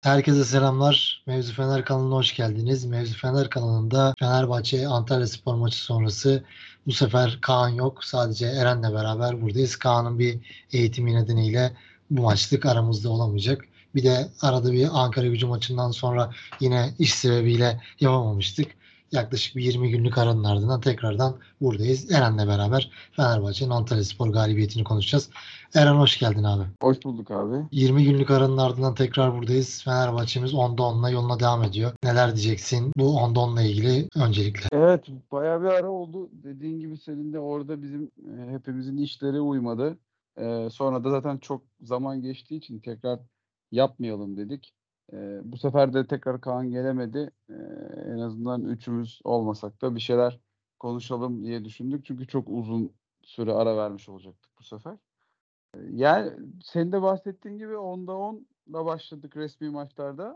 Herkese selamlar. Mevzu Fener kanalına hoş geldiniz. Mevzu Fener kanalında Fenerbahçe Antalyaspor maçı sonrası bu sefer Kaan yok. Sadece Eren'le beraber buradayız. Kaan'ın bir eğitimi nedeniyle bu maçlık aramızda olamayacak. Bir de arada bir Ankara-Gücü maçından sonra yine iş sebebiyle yapamamıştık. Yaklaşık bir 20 günlük aranın ardından tekrardan buradayız. Eren'le beraber Fenerbahçe'nin Antalyaspor galibiyetini konuşacağız. Eren hoş geldin abi. Hoş bulduk abi. 20 günlük aranın ardından tekrar buradayız. Fenerbahçe'miz 10'da 10'la yoluna devam ediyor. Neler diyeceksin bu 10'da 10'la ilgili öncelikle? Evet, bayağı bir ara oldu. Dediğin gibi senin de orada bizim hepimizin işleri uymadı. Sonra da zaten çok zaman geçtiği için tekrar yapmayalım dedik. Bu sefer de tekrar Kaan gelemedi. En azından üçümüz olmasak da bir şeyler konuşalım diye düşündük. Çünkü çok uzun süre ara vermiş olacaktık bu sefer. Yani senin de bahsettiğin gibi 10'da 10'la başladık resmi maçlarda.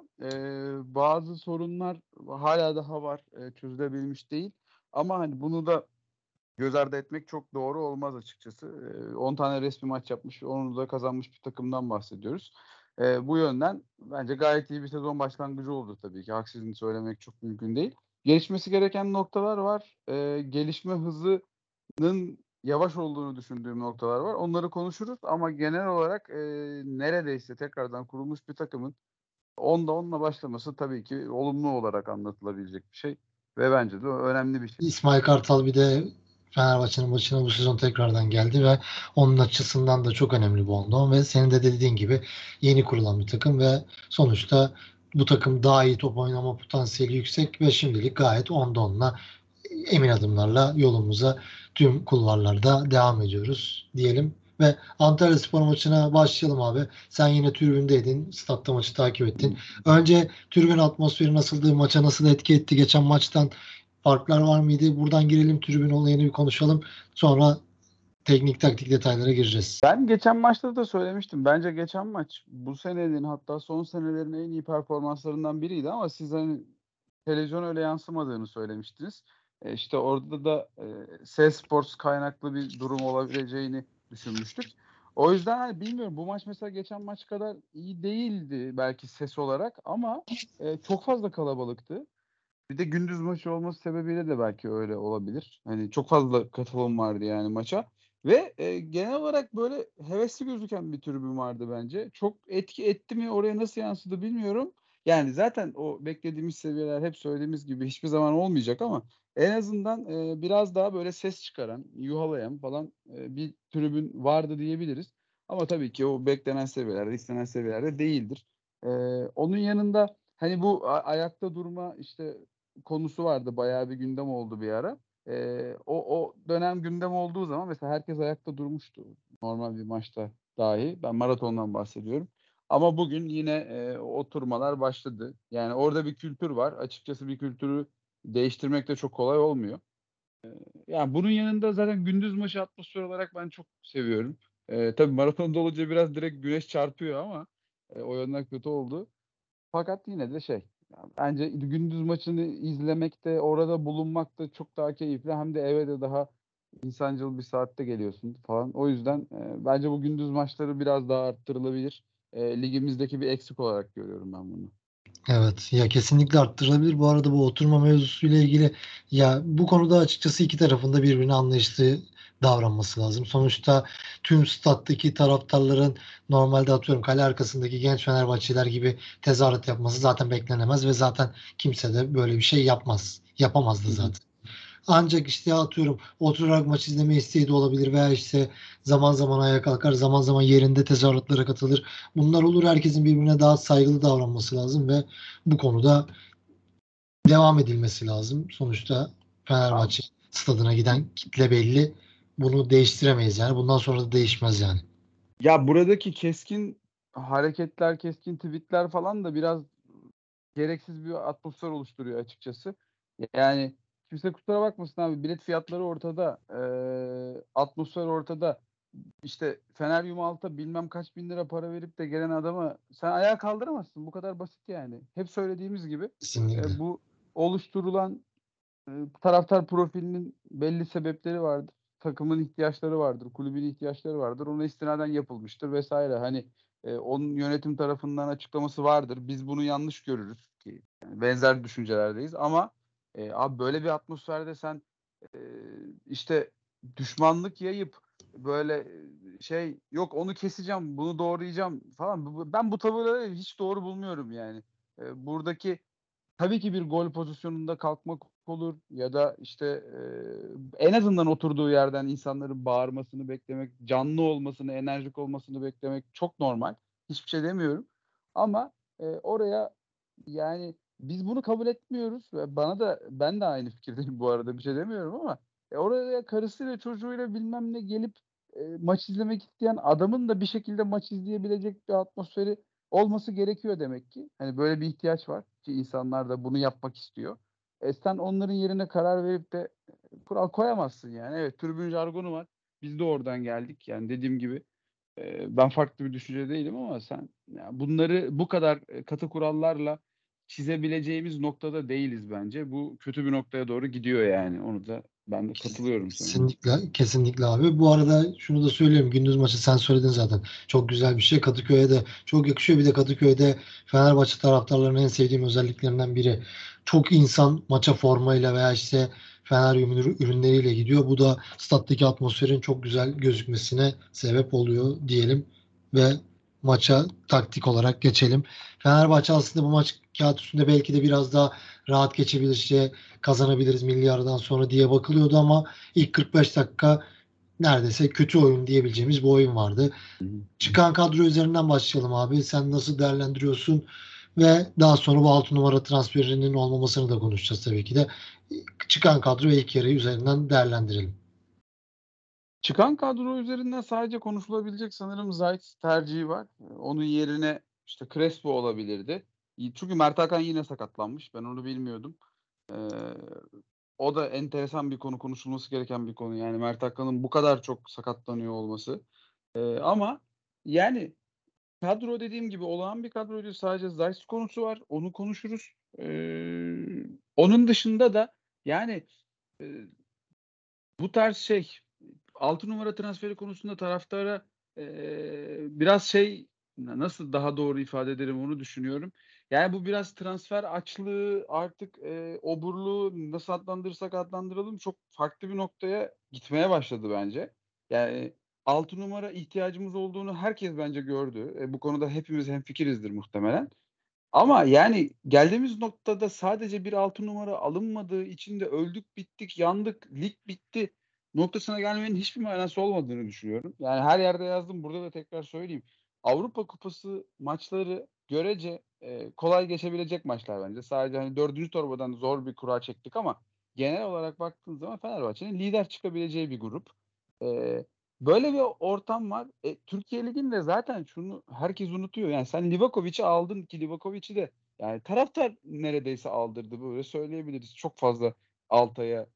Bazı sorunlar hala daha var. Çözülebilmiş değil. Ama hani bunu da göz ardı etmek çok doğru olmaz açıkçası. 10 tane resmi maç yapmış, onu da kazanmış bir takımdan bahsediyoruz. Bu yönden bence gayet iyi bir sezon başlangıcı oldu tabii ki. Haksızlığını söylemek çok mümkün değil. Gelişmesi gereken noktalar var. Gelişme hızının yavaş olduğunu düşündüğüm noktalar var. Onları konuşuruz ama genel olarak neredeyse tekrardan kurulmuş bir takımın 10'da 10'la başlaması tabii ki olumlu olarak anlatılabilecek bir şey ve bence de önemli bir şey. İsmail Kartal bir de Fenerbahçe'nin başına bu sezon tekrardan geldi ve onun açısından da çok önemli bu 10'da 10 ve senin de dediğin gibi yeni kurulan bir takım ve sonuçta bu takım daha iyi top oynama potansiyeli yüksek ve şimdilik gayet 10'da 10'la emin adımlarla yolumuza tüm kulvarlarda devam ediyoruz diyelim. Ve Antalyaspor maçına başlayalım abi. Sen yine tribündeydin. Statta maçı takip ettin. Önce tribün atmosferi nasıldı? Maça nasıl etki etti? Geçen maçtan farklar var mıydı? Buradan girelim tribün olayını bir konuşalım. Sonra teknik taktik detaylara gireceğiz. Ben geçen maçta da söylemiştim. Bence geçen maç bu senenin hatta son senelerin en iyi performanslarından biriydi ama siz hani televizyon öyle yansımadığını söylemiştiniz. İşte orada da ses sports kaynaklı bir durum olabileceğini düşünmüştük. O yüzden hani bilmiyorum bu maç mesela geçen maç kadar iyi değildi belki ses olarak ama çok fazla kalabalıktı. Bir de gündüz maçı olması sebebiyle de belki öyle olabilir. Hani çok fazla katılım vardı yani maça ve genel olarak böyle hevesli gözüken bir tribün vardı bence. Çok etki etti mi, oraya nasıl yansıdı bilmiyorum. Yani zaten o beklediğimiz seviyeler hep söylediğimiz gibi hiçbir zaman olmayacak ama en azından biraz daha böyle ses çıkaran, yuhalayan falan bir tribün vardı diyebiliriz. Ama tabii ki o beklenen seviyelerde, istenen seviyelerde değildir. Onun yanında hani bu ayakta durma işte konusu vardı. Bayağı bir gündem oldu bir ara. O dönem gündem olduğu zaman mesela herkes ayakta durmuştu. Normal bir maçta dahi. Ben maratondan bahsediyorum. Ama bugün yine oturmalar başladı. Yani orada bir kültür var. Açıkçası bir kültürü değiştirmek de çok kolay olmuyor. Yani bunun yanında zaten gündüz maçı atmosfer olarak ben çok seviyorum. Tabii maratonda olunca biraz direkt güneş çarpıyor ama o yönden kötü oldu. Fakat yine de bence gündüz maçını izlemek de orada bulunmak da çok daha keyifli. Hem de eve de daha insancıl bir saatte geliyorsun falan. O yüzden bence bu gündüz maçları biraz daha arttırılabilir. Ligimizdeki bir eksik olarak görüyorum ben bunu. Evet ya kesinlikle arttırılabilir. Bu arada bu oturma mevzusuyla ilgili ya bu konuda açıkçası iki tarafında birbirine anlayışlı davranması lazım. Sonuçta tüm stat'taki taraftarların normalde atıyorum kale arkasındaki genç Fenerbahçeliler gibi tezahürat yapması zaten beklenemez ve zaten kimse de böyle bir şey yapmaz. Yapamazdı Hı hı. zaten. Ancak işte atıyorum oturarak maç izleme isteği de olabilir veya işte zaman zaman ayağa kalkar, zaman zaman yerinde tezahüratlara katılır. Bunlar olur. Herkesin birbirine daha saygılı davranması lazım ve bu konuda devam edilmesi lazım. Sonuçta Abi, Fenerbahçe stadına giden kitle belli. Bunu değiştiremeyiz yani. Bundan sonra da değişmez yani. ya buradaki keskin hareketler, keskin tweetler falan da biraz gereksiz bir atmosfer oluşturuyor açıkçası. Yani kimse kusura bakmasın abi, bilet fiyatları ortada, atmosfer ortada. İşte Feneryum Alt'a bilmem kaç bin lira para verip de gelen adama sen ayağa kaldıramazsın. Bu kadar basit yani. Hep söylediğimiz gibi Kesinlikle. bu oluşturulan taraftar profilinin belli sebepleri vardır. Takımın ihtiyaçları vardır, kulübün ihtiyaçları vardır. Ona istinaden yapılmıştır vesaire. Hani Onun yönetim tarafından açıklaması vardır. Biz bunu yanlış görürüz ki yani benzer düşüncelerdeyiz ama abi böyle bir atmosferde sen eee, işte düşmanlık yayıp böyle yok onu keseceğim, bunu doğrayacağım falan. Ben bu tavırları hiç doğru bulmuyorum yani. Buradaki tabii ki bir gol pozisyonunda kalkmak olur ya da, işte, en azından oturduğu yerden insanların bağırmasını beklemek, canlı olmasını, enerjik olmasını beklemek çok normal. Hiçbir şey demiyorum ama, oraya, yani, biz bunu kabul etmiyoruz ve ben de aynı fikirdeyim bu arada, bir şey demiyorum ama, oraya karısıyla çocuğuyla bilmem ne gelip, maç izlemek isteyen adamın da bir şekilde maç izleyebilecek bir atmosferi olması gerekiyor demek ki. Hani, böyle bir ihtiyaç var ki insanlar da bunu yapmak istiyor. Sen onların yerine karar verip de, kural koyamazsın yani. Evet, tribün jargonu var. Biz de oradan geldik. Yani dediğim gibi, ben farklı bir düşüncede değilim ama sen ya bunları bu kadar, katı kurallarla çizebileceğimiz noktada değiliz bence. Bu kötü bir noktaya doğru gidiyor yani. Onu da ben de katılıyorum sana. Kesinlikle, kesinlikle abi. Bu arada şunu da söyleyeyim. Gündüz maçı sen söyledin zaten. Çok güzel bir şey. Kadıköy'e de çok yakışıyor. Bir de Kadıköy'de Fenerbahçe taraftarlarının en sevdiğim özelliklerinden biri. Çok insan maça formayla veya işte Feneryum ürünleriyle gidiyor. Bu da stattaki atmosferin çok güzel gözükmesine sebep oluyor diyelim ve maça taktik olarak geçelim. Fenerbahçe aslında bu maç kağıt üstünde belki de biraz daha rahat geçebilir, işte kazanabiliriz milli aradan sonra diye bakılıyordu ama İlk 45 dakika neredeyse kötü oyun diyebileceğimiz bir oyun vardı. Hı hı. Çıkan kadro üzerinden başlayalım abi. Sen nasıl değerlendiriyorsun? Ve daha sonra bu 6 numara transferinin olmamasını da konuşacağız tabii ki de. Çıkan kadro ve ilk yarı üzerinden değerlendirelim. Çıkan kadro üzerinden sadece konuşulabilecek sanırım Zayt tercihi var. Onun yerine, işte, Crespo olabilirdi. Çünkü Mert Hakan yine sakatlanmış. Ben onu bilmiyordum. Eee, O da enteresan bir konu, konuşulması gereken bir konu. Yani Mert Hakan'ın bu kadar çok sakatlanıyor olması. Ama yani kadro dediğim gibi olağan bir kadro değil. Sadece Zayt konusu var. Onu konuşuruz. Onun dışında da yani, eee, bu tarz 6 numara transferi konusunda taraftara, biraz nasıl daha doğru ifade ederim onu düşünüyorum. Yani bu biraz transfer açlığı, artık, oburluğu nasıl adlandırırsak adlandıralım çok farklı bir noktaya gitmeye başladı bence. Yani 6 numara ihtiyacımız olduğunu herkes bence gördü. Bu konuda hepimiz hemfikirizdir muhtemelen. Ama yani geldiğimiz noktada sadece bir 6 numara alınmadığı için de öldük, bittik, yandık, lig bitti noktasına gelmenin hiçbir manası olmadığını düşünüyorum. Yani her yerde yazdım, burada da tekrar söyleyeyim. Avrupa Kupası maçları görece, kolay geçebilecek maçlar bence. Sadece, hani, 4. torbadan zor bir kura çektik ama genel olarak baktığın zaman Fenerbahçe'nin lider çıkabileceği bir grup. Eee Böyle bir ortam var. Türkiye Ligi'nde zaten şunu herkes unutuyor. Yani sen Livakovic'i aldın ki Livakovic'i de yani taraftar neredeyse aldırdı. Böyle söyleyebiliriz. Çok fazla Altay'a,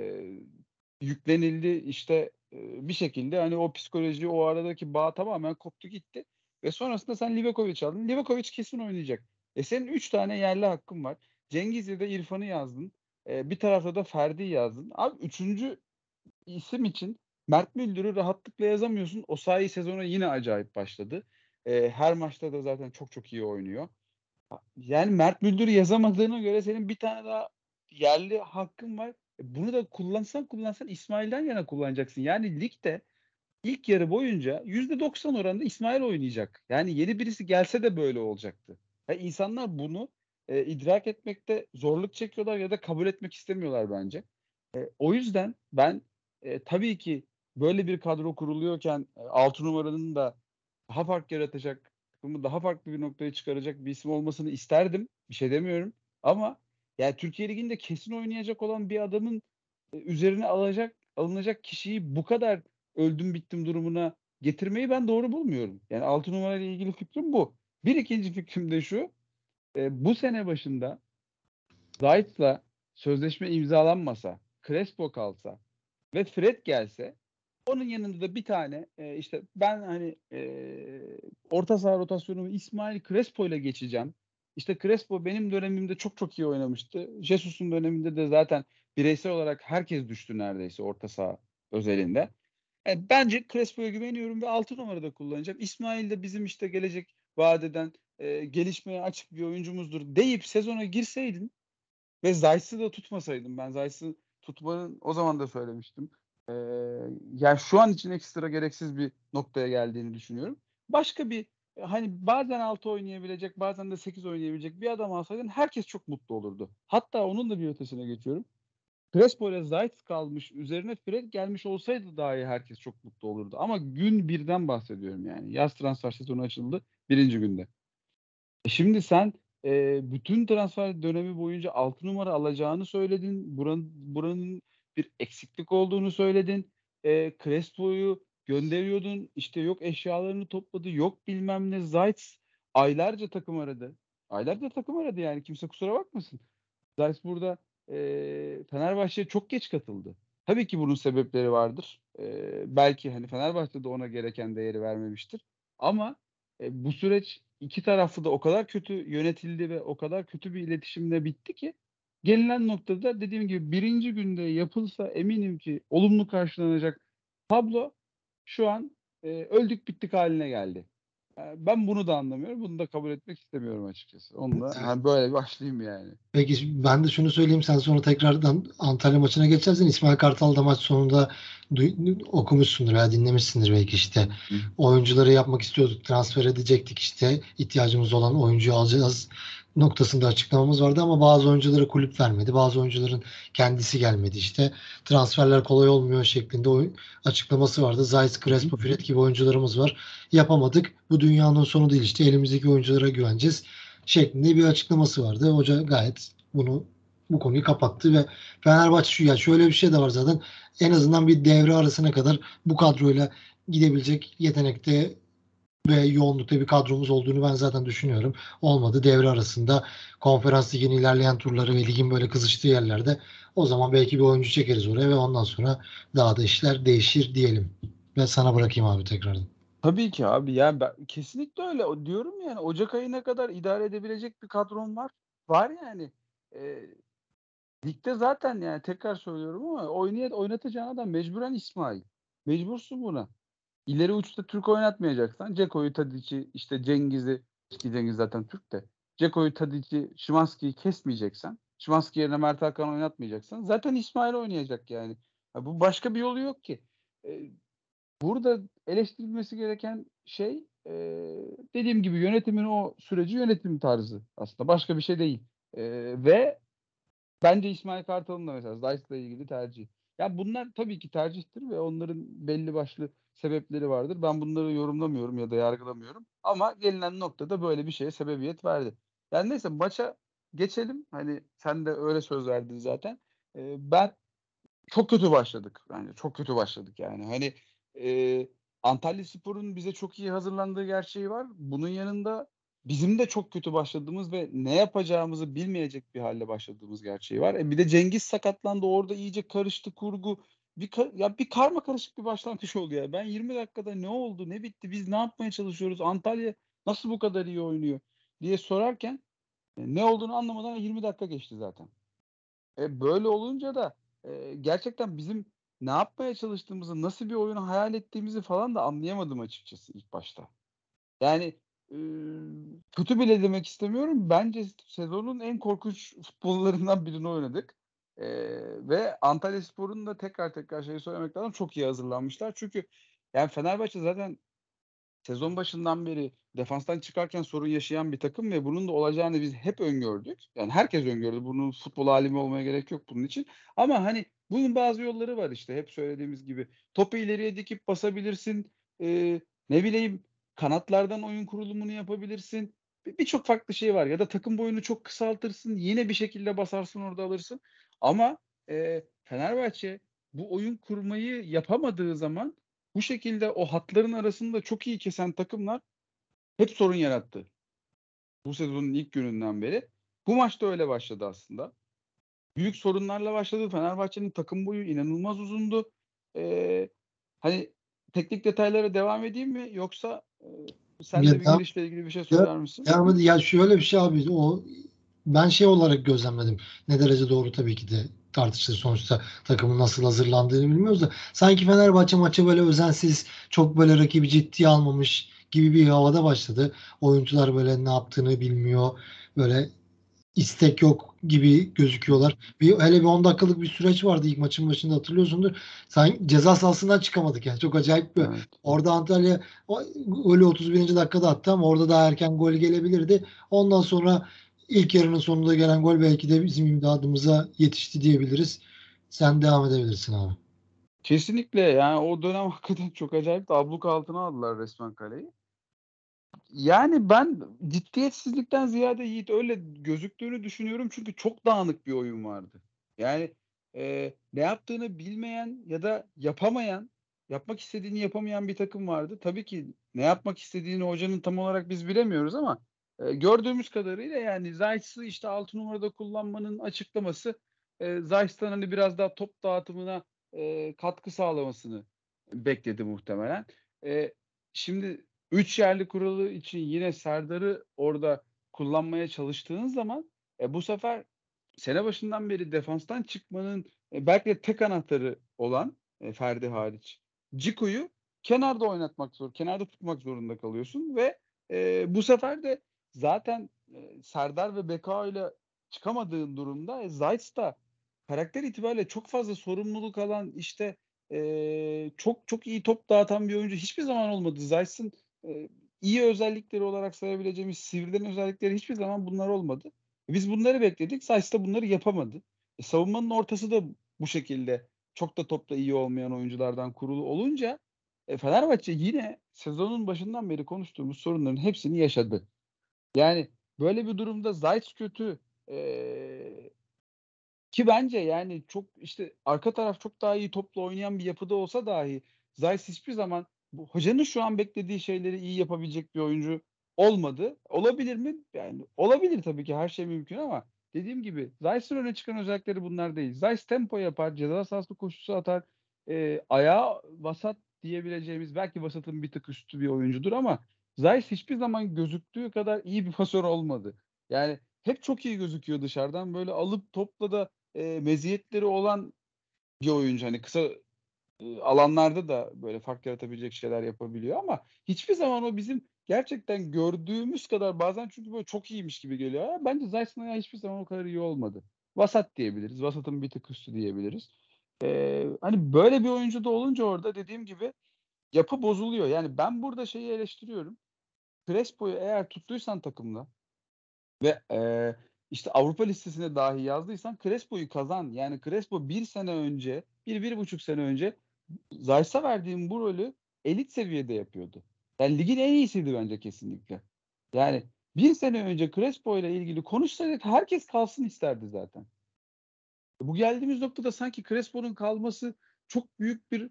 yüklenildi. İşte, bir şekilde, hani, o psikoloji, o aradaki bağ tamamen koptu gitti ve sonrasında sen Livakovic'i aldın. Livakovic kesin oynayacak. Senin 3 tane yerli hakkın var. Cengizli'de İrfan'ı yazdın. Bir tarafta da Ferdi'yi yazdın. Abi üçüncü isim için Mert Müldür'ü rahatlıkla yazamıyorsun. Osayi sezona yine acayip başladı. Her maçta da zaten çok çok iyi oynuyor. Yani Mert Müldür'ü yazamadığına göre senin bir tane daha yerli hakkın var. Bunu da kullansan İsmail'den yana kullanacaksın. Yani ligde ilk yarı boyunca %90 oranında İsmail oynayacak. Yani yeni birisi gelse de böyle olacaktı. Ya insanlar bunu, idrak etmekte zorluk çekiyorlar ya da kabul etmek istemiyorlar bence. O yüzden ben, tabii ki böyle bir kadro kuruluyorken, 6 numaranın da daha fark yaratacak, takımı daha farklı bir noktaya çıkaracak bir isim olmasını isterdim. Bir şey demiyorum ama yani Türkiye Ligi'nde kesin oynayacak olan bir adamın, üzerine alınacak kişiyi bu kadar öldüm bittim durumuna getirmeyi ben doğru bulmuyorum. Yani 6 numarayla ilgili fikrim bu. 2'nci fikrim de şu: bu sene başında Zayt'la sözleşme imzalanmasa, Crespo kalsa ve Fred gelse, onun yanında da bir tane, işte ben, hani, orta saha rotasyonumu İsmail Crespo'yla geçeceğim. İşte Crespo benim dönemimde çok çok iyi oynamıştı. Jesus'un döneminde de zaten bireysel olarak herkes düştü neredeyse orta saha özelinde. Bence Crespo'ya güveniyorum ve 6 numarada kullanacağım. İsmail de bizim işte gelecek vadeden gelişmeye açık bir oyuncumuzdur deyip sezona girseydin ve Zayt'sı da tutmasaydın, ben Zayt'sı tutmanın o zaman da söylemiştim. Eee, Yani şu an için ekstra gereksiz bir noktaya geldiğini düşünüyorum. Başka bir hani bazen 6 oynayabilecek, bazen de 8 oynayabilecek bir adam alsaydın herkes çok mutlu olurdu. Hatta onun da bir ötesine geçiyorum. Crespo ile Zayt kalmış, üzerine Fred gelmiş olsaydı dahi herkes çok mutlu olurdu. Ama gün birden bahsediyorum yani. Yaz transfer sezonu açıldı birinci günde. Şimdi sen bütün transfer dönemi boyunca 6 numara alacağını söyledin. Buranın bir eksiklik olduğunu söyledin. Crespo'yu gönderiyordun. İşte yok eşyalarını topladı, yok bilmem ne. Zayt aylarca takım aradı. Aylarca takım aradı yani kimse kusura bakmasın. Zayt burada Fenerbahçe'ye çok geç katıldı. Tabii ki bunun sebepleri vardır. Belki hani Fenerbahçe de ona gereken değeri vermemiştir. Ama bu süreç iki taraflı da o kadar kötü yönetildi ve o kadar kötü bir iletişimle bitti ki gelinen noktada dediğim gibi birinci günde yapılsa eminim ki olumlu karşılanacak tablo şu an öldük bittik haline geldi. Ben bunu da anlamıyorum. Bunu da kabul etmek istemiyorum açıkçası. Onunla Evet. hani böyle başlayayım yani. Peki ben de şunu söyleyeyim, sen sonra tekrardan Antalya maçına geçersin. İsmail Kartal da maç sonunda okumuşsundur veya dinlemişsindir belki işte. Hı. Oyuncuları yapmak istiyorduk, transfer edecektik işte. İhtiyacımız olan oyuncuyu alacağız noktasında açıklamamız vardı ama bazı oyunculara kulüp vermedi. Bazı oyuncuların kendisi gelmedi işte. Transferler kolay olmuyor şeklinde açıklaması vardı. Zayt, Hı hı. Crespo, Fred gibi oyuncularımız var. Yapamadık. Bu dünyanın sonu değil işte. Elimizdeki oyunculara güveneceğiz şeklinde bir açıklaması vardı. Hoca gayet bu konuyu kapattı ve Fenerbahçe ya şöyle bir şey de var zaten, en azından bir devre arasına kadar bu kadroyla gidebilecek yetenekte ve yoğunlukta bir kadromuz olduğunu ben zaten düşünüyorum. Olmadı devre arasında konferans liginin ilerleyen turları ve ligin böyle kızıştığı yerlerde o zaman belki bir oyuncu çekeriz oraya ve ondan sonra daha da işler değişir diyelim. Ve sana bırakayım abi tekrardan. Tabii ki abi. Ya, ben kesinlikle öyle. Diyorum yani ocak ayına kadar idare edebilecek bir kadron var. Var yani. Eee, Ligde zaten yani tekrar söylüyorum ama oynatacağın adam mecburen İsmail. Mecbursun buna. İleri uçta Türk oynatmayacaksan Dzeko'yu, Tadic'i, işte Cengiz'i ki Cengiz zaten Türk de. Dzeko'yu, Tadic'i, Szymański'yi kesmeyeceksen, Szymański yerine Mert Hakan oynatmayacaksan zaten İsmail oynayacak yani. Ya, bu başka bir yolu yok ki. Eee Burada eleştirilmesi gereken şey, dediğim gibi yönetimin o süreci yönetim tarzı aslında. Başka bir şey değil. Ve bence İsmail Kartal'ın da mesela Zayt'la ilgili tercih. Ya bunlar tabii ki tercihtir ve onların belli başlı sebepleri vardır. Ben bunları yorumlamıyorum ya da yargılamıyorum. Ama gelinen noktada böyle bir şeye sebebiyet verdi. Yani neyse maça geçelim. Hani sen de öyle söz verdin zaten. Ben çok kötü başladık bence. Çok kötü başladık yani. Hani, Antalyaspor'un bize çok iyi hazırlandığı gerçeği var. Bunun yanında bizim de çok kötü başladığımız ve ne yapacağımızı bilmeyecek bir hâlde başladığımız gerçeği var. Bir de Cengiz sakatlandı. Orada iyice karıştı kurgu. Bir karmakarışık bir başlangıç oldu ya. Ben 20 dakikada ne oldu, ne bitti, biz ne yapmaya çalışıyoruz, Antalya nasıl bu kadar iyi oynuyor diye sorarken, ne olduğunu anlamadan 20 dakika geçti zaten. Böyle olunca da, gerçekten bizim ne yapmaya çalıştığımızı, nasıl bir oyunu hayal ettiğimizi falan da anlayamadım açıkçası ilk başta. Yani, kötü bile demek istemiyorum. Bence sezonun en korkunç futbollarından birini oynadık. Ve Antalyaspor'un da tekrar şeyi söylemek lazım, çok iyi hazırlanmışlar. Çünkü yani Fenerbahçe zaten sezon başından beri defanstan çıkarken sorun yaşayan bir takım ve bunun da olacağını biz hep öngördük. Yani herkes öngördü. Bunun futbol alimi olmaya gerek yok bunun için. Ama, hani, bunun bazı yolları var işte hep söylediğimiz gibi. Topu ileriye dikip basabilirsin. Ne bileyim, kanatlardan oyun kurulumunu yapabilirsin. Birçok farklı şey var ya da takım boyunu çok kısaltırsın. Yine bir şekilde basarsın, orada alırsın. Ama, Fenerbahçe bu oyun kurmayı yapamadığı zaman bu şekilde o hatların arasında çok iyi kesen takımlar hep sorun yarattı. Bu sezonun ilk gününden beri. Bu maç da öyle başladı aslında. Büyük sorunlarla başladı. Fenerbahçe'nin takım boyu inanılmaz uzundu. Hani teknik detaylara devam edeyim mi yoksa, sen Ya, de bir girişle ilgili bir şey Ya, söyler misin? ya şöyle bir şey abi, ben şey olarak gözlemledim. Ne derece doğru tabii ki de tartışılır. Sonuçta takımın nasıl hazırlandığını bilmiyoruz da sanki Fenerbahçe maça böyle özensiz, çok böyle rakibi ciddiye almamış gibi bir havada başladı. Oyuncular böyle ne yaptığını bilmiyor. Böyle istek yok gibi gözüküyorlar. Hele bir 10 dakikalık bir süreç vardı ilk maçın başında, hatırlıyorsundur. Ceza sahasından çıkamadık yani. Çok acayip bir. Evet. Orada Antalya golü 31. dakikada attı ama orada daha erken gol gelebilirdi. Ondan sonra ilk yarının sonunda gelen gol belki de bizim imdadımıza yetişti diyebiliriz. Sen devam edebilirsin abi. Kesinlikle yani o dönem hakikaten çok acayip abluk altına aldılar resmen kaleyi. Yani ben ciddiyetsizlikten ziyade Yiğit öyle gözüktüğünü düşünüyorum çünkü çok dağınık bir oyun vardı. Yani, ne yaptığını bilmeyen ya da yapamayan, yapmak istediğini yapamayan bir takım vardı. Tabii ki ne yapmak istediğini hocanın tam olarak biz bilemiyoruz ama, gördüğümüz kadarıyla yani Zayt'sı, işte, 6 numarada kullanmanın açıklaması, Zayt'tan, hani, biraz daha top dağıtımına, katkı sağlamasını bekledi muhtemelen. Şimdi 3 yerli kuralı için yine Serdar'ı orada kullanmaya çalıştığın zaman, bu sefer sene başından beri defanstan çıkmanın, belki de tek anahtarı olan, Ferdi hariç, Dziko'yu kenarda tutmak zorunda kalıyorsun ve, bu sefer de zaten, Serdar ve Bekao'yla çıkamadığın durumda, Zayt da karakter itibariyle çok fazla sorumluluk alan, işte, çok çok iyi top dağıtan bir oyuncu hiçbir zaman olmadı. Zayt'ın Eee, iyi özellikleri olarak sayabileceğimiz sivrilen özellikleri hiçbir zaman bunlar olmadı. Biz bunları bekledik. Sainz de bunları yapamadı. Savunmanın ortası da bu şekilde çok da topta iyi olmayan oyunculardan kurulu olunca, Fenerbahçe yine sezonun başından beri konuştuğumuz sorunların hepsini yaşadı. Yani böyle bir durumda Zayt kötü, eee, ki bence yani çok, işte, arka taraf çok daha iyi topla oynayan bir yapıda olsa dahi Zeiss hiçbir zaman bu hocanın şu an beklediği şeyleri iyi yapabilecek bir oyuncu olmadı. Olabilir mi? Yani olabilir tabii ki, her şey mümkün ama dediğim gibi Zeiss'in öne çıkan özellikleri bunlar değil. Zeiss tempo yapar, ceza sahası koşusu atar, ayağı vasat diyebileceğimiz, belki vasatın bir tık üstü bir oyuncudur ama Zeiss hiçbir zaman gözüktüğü kadar iyi bir pasör olmadı. Yani hep çok iyi gözüküyor dışarıdan. Böyle alıp topla da meziyetleri olan bir oyuncu. Hani kısa, alanlarda da böyle fark yaratabilecek şeyler yapabiliyor ama hiçbir zaman o bizim gerçekten gördüğümüz kadar bazen çünkü böyle çok iyiymiş gibi geliyor. Bence Zayt'ın ayağı hiçbir zaman o kadar iyi olmadı. Vasat diyebiliriz. Vasatın bir tık üstü diyebiliriz. Hani böyle bir oyuncu da olunca orada dediğim gibi yapı bozuluyor. Yani ben burada şeyi eleştiriyorum. Crespo'yu eğer tuttuysan takımda ve, işte, Avrupa listesine dahi yazdıysan Crespo'yu kazan. Yani Crespo bir sene önce, 1-1,5 sene önce Zayt'a verdiğin bu rolü elit seviyede yapıyordu. Yani ligin en iyisiydi bence kesinlikle. Yani bir sene önce Crespo ile ilgili konuşsaydık herkes kalsın isterdi zaten. Bu geldiğimiz noktada sanki Crespo'nun kalması çok büyük bir,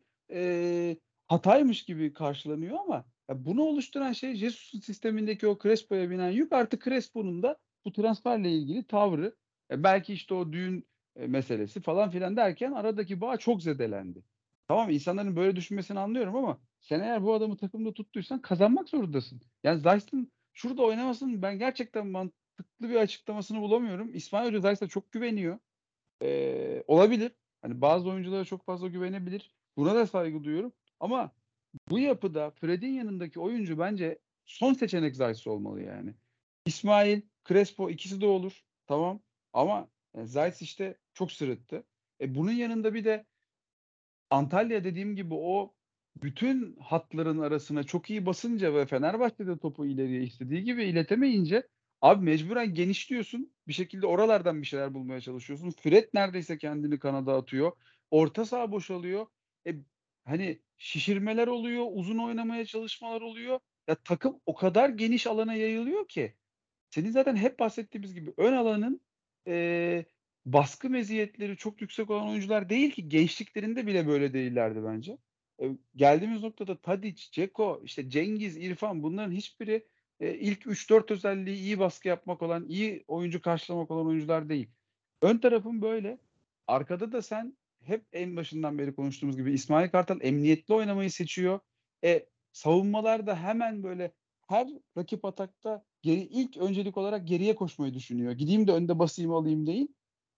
hataymış gibi karşılanıyor ama ya bunu oluşturan şey Jesus'un sistemindeki o Crespo'ya binen yük artı Crespo'nun da bu transferle ilgili tavrı. Belki işte o düğün, meselesi falan filan derken aradaki bağ çok zedelendi. Tamam, insanların böyle düşünmesini anlıyorum ama sen eğer bu adamı takımda tuttuysan kazanmak zorundasın. Yani Zayt'ın şurada oynamasının ben gerçekten mantıklı bir açıklamasını bulamıyorum. İsmail Hoca Zayt'a çok güveniyor. Olabilir. Hani bazı oyunculara çok fazla güvenebilir. Buna da saygı duyuyorum ama bu yapıda Fred'in yanındaki oyuncu bence son seçenek Zayt olmalı yani. İsmail, Crespo ikisi de olur. Tamam ama, Zayt işte çok sırıttı. Bunun yanında bir de Antalya dediğim gibi o bütün hatların arasına çok iyi basınca ve Fenerbahçe de topu ileriye istediği gibi iletemeyince abi mecburen genişliyorsun. Bir şekilde oralardan bir şeyler bulmaya çalışıyorsun. Fred neredeyse kendini kanada atıyor. Orta saha boşalıyor. E, hani şişirmeler oluyor, uzun oynamaya çalışmalar oluyor. Ya takım o kadar geniş alana yayılıyor ki senin zaten hep bahsettiğimiz gibi ön alanın, eee, baskı meziyetleri çok yüksek olan oyuncular değil ki gençliklerinde bile böyle değillerdi bence. Geldiğimiz noktada Tadic, Dzeko, işte Cengiz, İrfan bunların hiçbiri, ilk 3-4 özelliği iyi baskı yapmak olan, iyi oyuncu karşılamak olan oyuncular değil. Ön tarafın böyle. Arkada da sen hep en başından beri konuştuğumuz gibi İsmail Kartal emniyetli oynamayı seçiyor. Savunmalarda hemen böyle her rakip atakta ilk öncelik olarak geriye koşmayı düşünüyor. Gideyim de önde basayım alayım değil.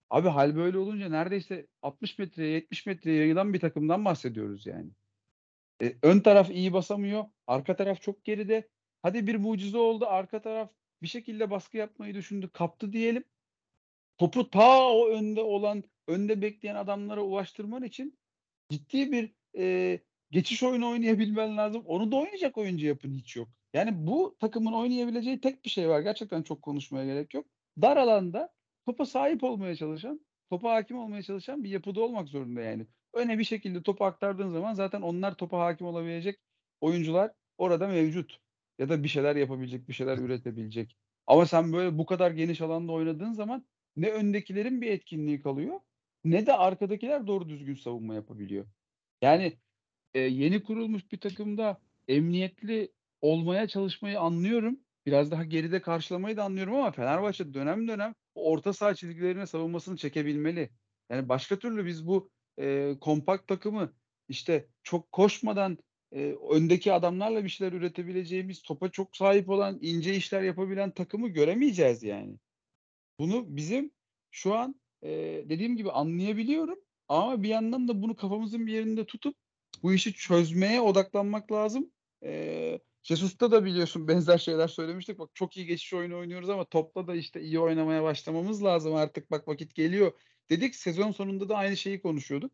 Abi hal böyle olunca neredeyse 60 metreye 70 metreye yayılan bir takımdan bahsediyoruz yani. Ön taraf iyi basamıyor. Arka taraf çok geride. Hadi bir mucize oldu. Arka taraf bir şekilde baskı yapmayı düşündü. Kaptı diyelim. Topu ta o önde bekleyen adamlara ulaştırman için ciddi bir geçiş oyunu oynayabilmen lazım. Onu da oynayacak oyuncu yapın hiç yok. Yani bu takımın oynayabileceği tek bir şey var. Gerçekten çok konuşmaya gerek yok. Dar alanda topa sahip olmaya çalışan, topa hakim olmaya çalışan bir yapıda olmak zorunda yani. Öne bir şekilde topu aktardığın zaman zaten onlar topa hakim olabilecek oyuncular orada mevcut. Ya da bir şeyler yapabilecek, bir şeyler üretebilecek. Ama sen böyle bu kadar geniş alanda oynadığın zaman ne öndekilerin bir etkinliği kalıyor ne de arkadakiler doğru düzgün savunma yapabiliyor. Yani, yeni kurulmuş bir takımda emniyetli olmaya çalışmayı anlıyorum. Biraz daha geride karşılamayı da anlıyorum ama Fenerbahçe dönem dönem o orta saha çizgilerine savunmasını çekebilmeli. Yani başka türlü biz bu, kompakt takımı, işte, çok koşmadan, öndeki adamlarla bir şeyler üretebileceğimiz, topa çok sahip olan, ince işler yapabilen takımı göremeyeceğiz yani. Bunu bizim şu an, dediğim gibi anlayabiliyorum ama bir yandan da bunu kafamızın bir yerinde tutup bu işi çözmeye odaklanmak lazım. Jesus'ta da biliyorsun benzer şeyler söylemiştik. Bak çok iyi geçiş oyunu oynuyoruz ama topla da, işte, iyi oynamaya başlamamız lazım artık bak vakit geliyor dedik. Sezon sonunda da aynı şeyi konuşuyorduk.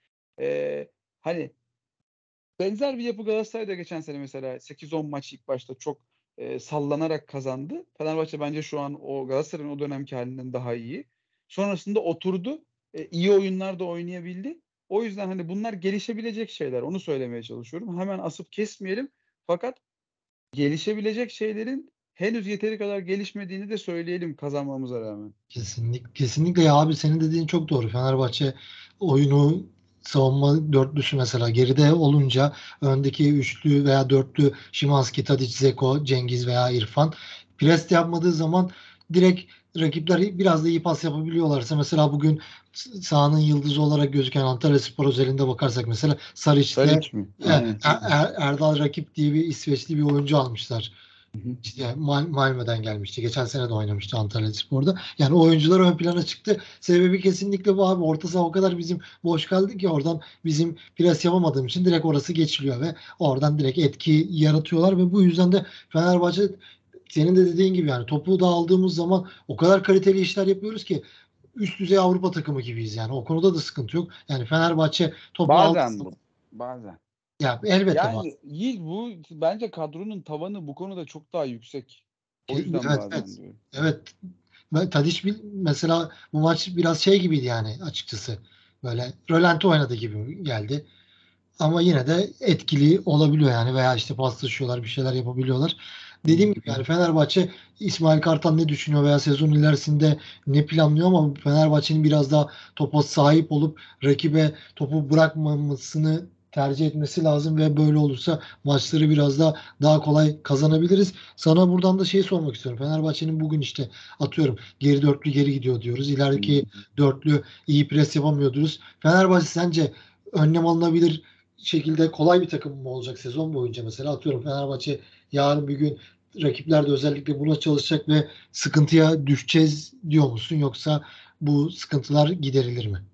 Hani benzer bir yapı Galatasaray'da geçen sene mesela 8-10 maç ilk başta çok, sallanarak kazandı. Fenerbahçe bence şu an o Galatasaray'ın o dönemki hâlinden daha iyi. Sonrasında oturdu. İyi oyunlar da oynayabildi. O yüzden, hani, bunlar gelişebilecek şeyler. Onu söylemeye çalışıyorum. Hemen asıp kesmeyelim fakat gelişebilecek şeylerin henüz yeteri kadar gelişmediğini de söyleyelim kazanmamıza rağmen. Kesinlikle ya abi, senin dediğin çok doğru. Fenerbahçe oyunu, savunma dörtlüsü mesela geride olunca öndeki üçlü veya dörtlü Szymański, Tadic, Dzeko, Cengiz veya İrfan pres yapmadığı zaman direkt rakipler biraz da iyi pas yapabiliyorlarsa, mesela bugün sahanın yıldızı olarak gözüken Antalyaspor özelinde bakarsak mesela Saric'le Tadic mi? Aynen. Erdal Rakip diye bir İsveçli bir oyuncu almışlar. Hı hı. İşte Malmö'den gelmişti. Geçen sene de oynamıştı Antalyaspor'da. Yani oyuncular ön plana çıktı. Sebebi kesinlikle bu abi. Orta saha o kadar bizim boş kaldı ki oradan bizim pres yapamadığım için direkt orası geçiliyor ve oradan direkt etki yaratıyorlar ve bu yüzden de Fenerbahçe, senin de dediğin gibi, yani topu da aldığımız zaman o kadar kaliteli işler yapıyoruz ki üst düzey Avrupa takımı gibiyiz yani. O konuda da sıkıntı yok. Yani Fenerbahçe topu aldı. Bazen bu. Bazen. Ya elbette var. Yani bu bence kadronun tavanı bu konuda çok daha yüksek. O yüzden Evet, bazen evet. diyorum. Evet. Tadiç mesela bu maç biraz şey gibiydi yani, açıkçası. Böyle rölanti oynadı gibi geldi. Ama yine de etkili olabiliyor yani, veya işte paslaşıyorlar, bir şeyler yapabiliyorlar. Hı hı. Dediğim gibi yani Fenerbahçe, İsmail Kartal ne düşünüyor veya sezon ilerisinde ne planlıyor, ama Fenerbahçe'nin biraz daha topa sahip olup rakibe topu bırakmamasını tercih etmesi lazım ve böyle olursa maçları biraz daha kolay kazanabiliriz. Sana buradan da şey sormak istiyorum. Fenerbahçe'nin bugün işte atıyorum geri dörtlü geri gidiyor diyoruz. Hı hı. İleriki dörtlü iyi pres yapamıyor diyoruz. Fenerbahçe sence önlem alınabilir şekilde kolay bir takım mı olacak sezon boyunca? Mesela atıyorum Fenerbahçe yarın bir gün, rakipler de özellikle buna çalışacak ve sıkıntıya düşeceğiz diyor musun, yoksa bu sıkıntılar giderilir mi?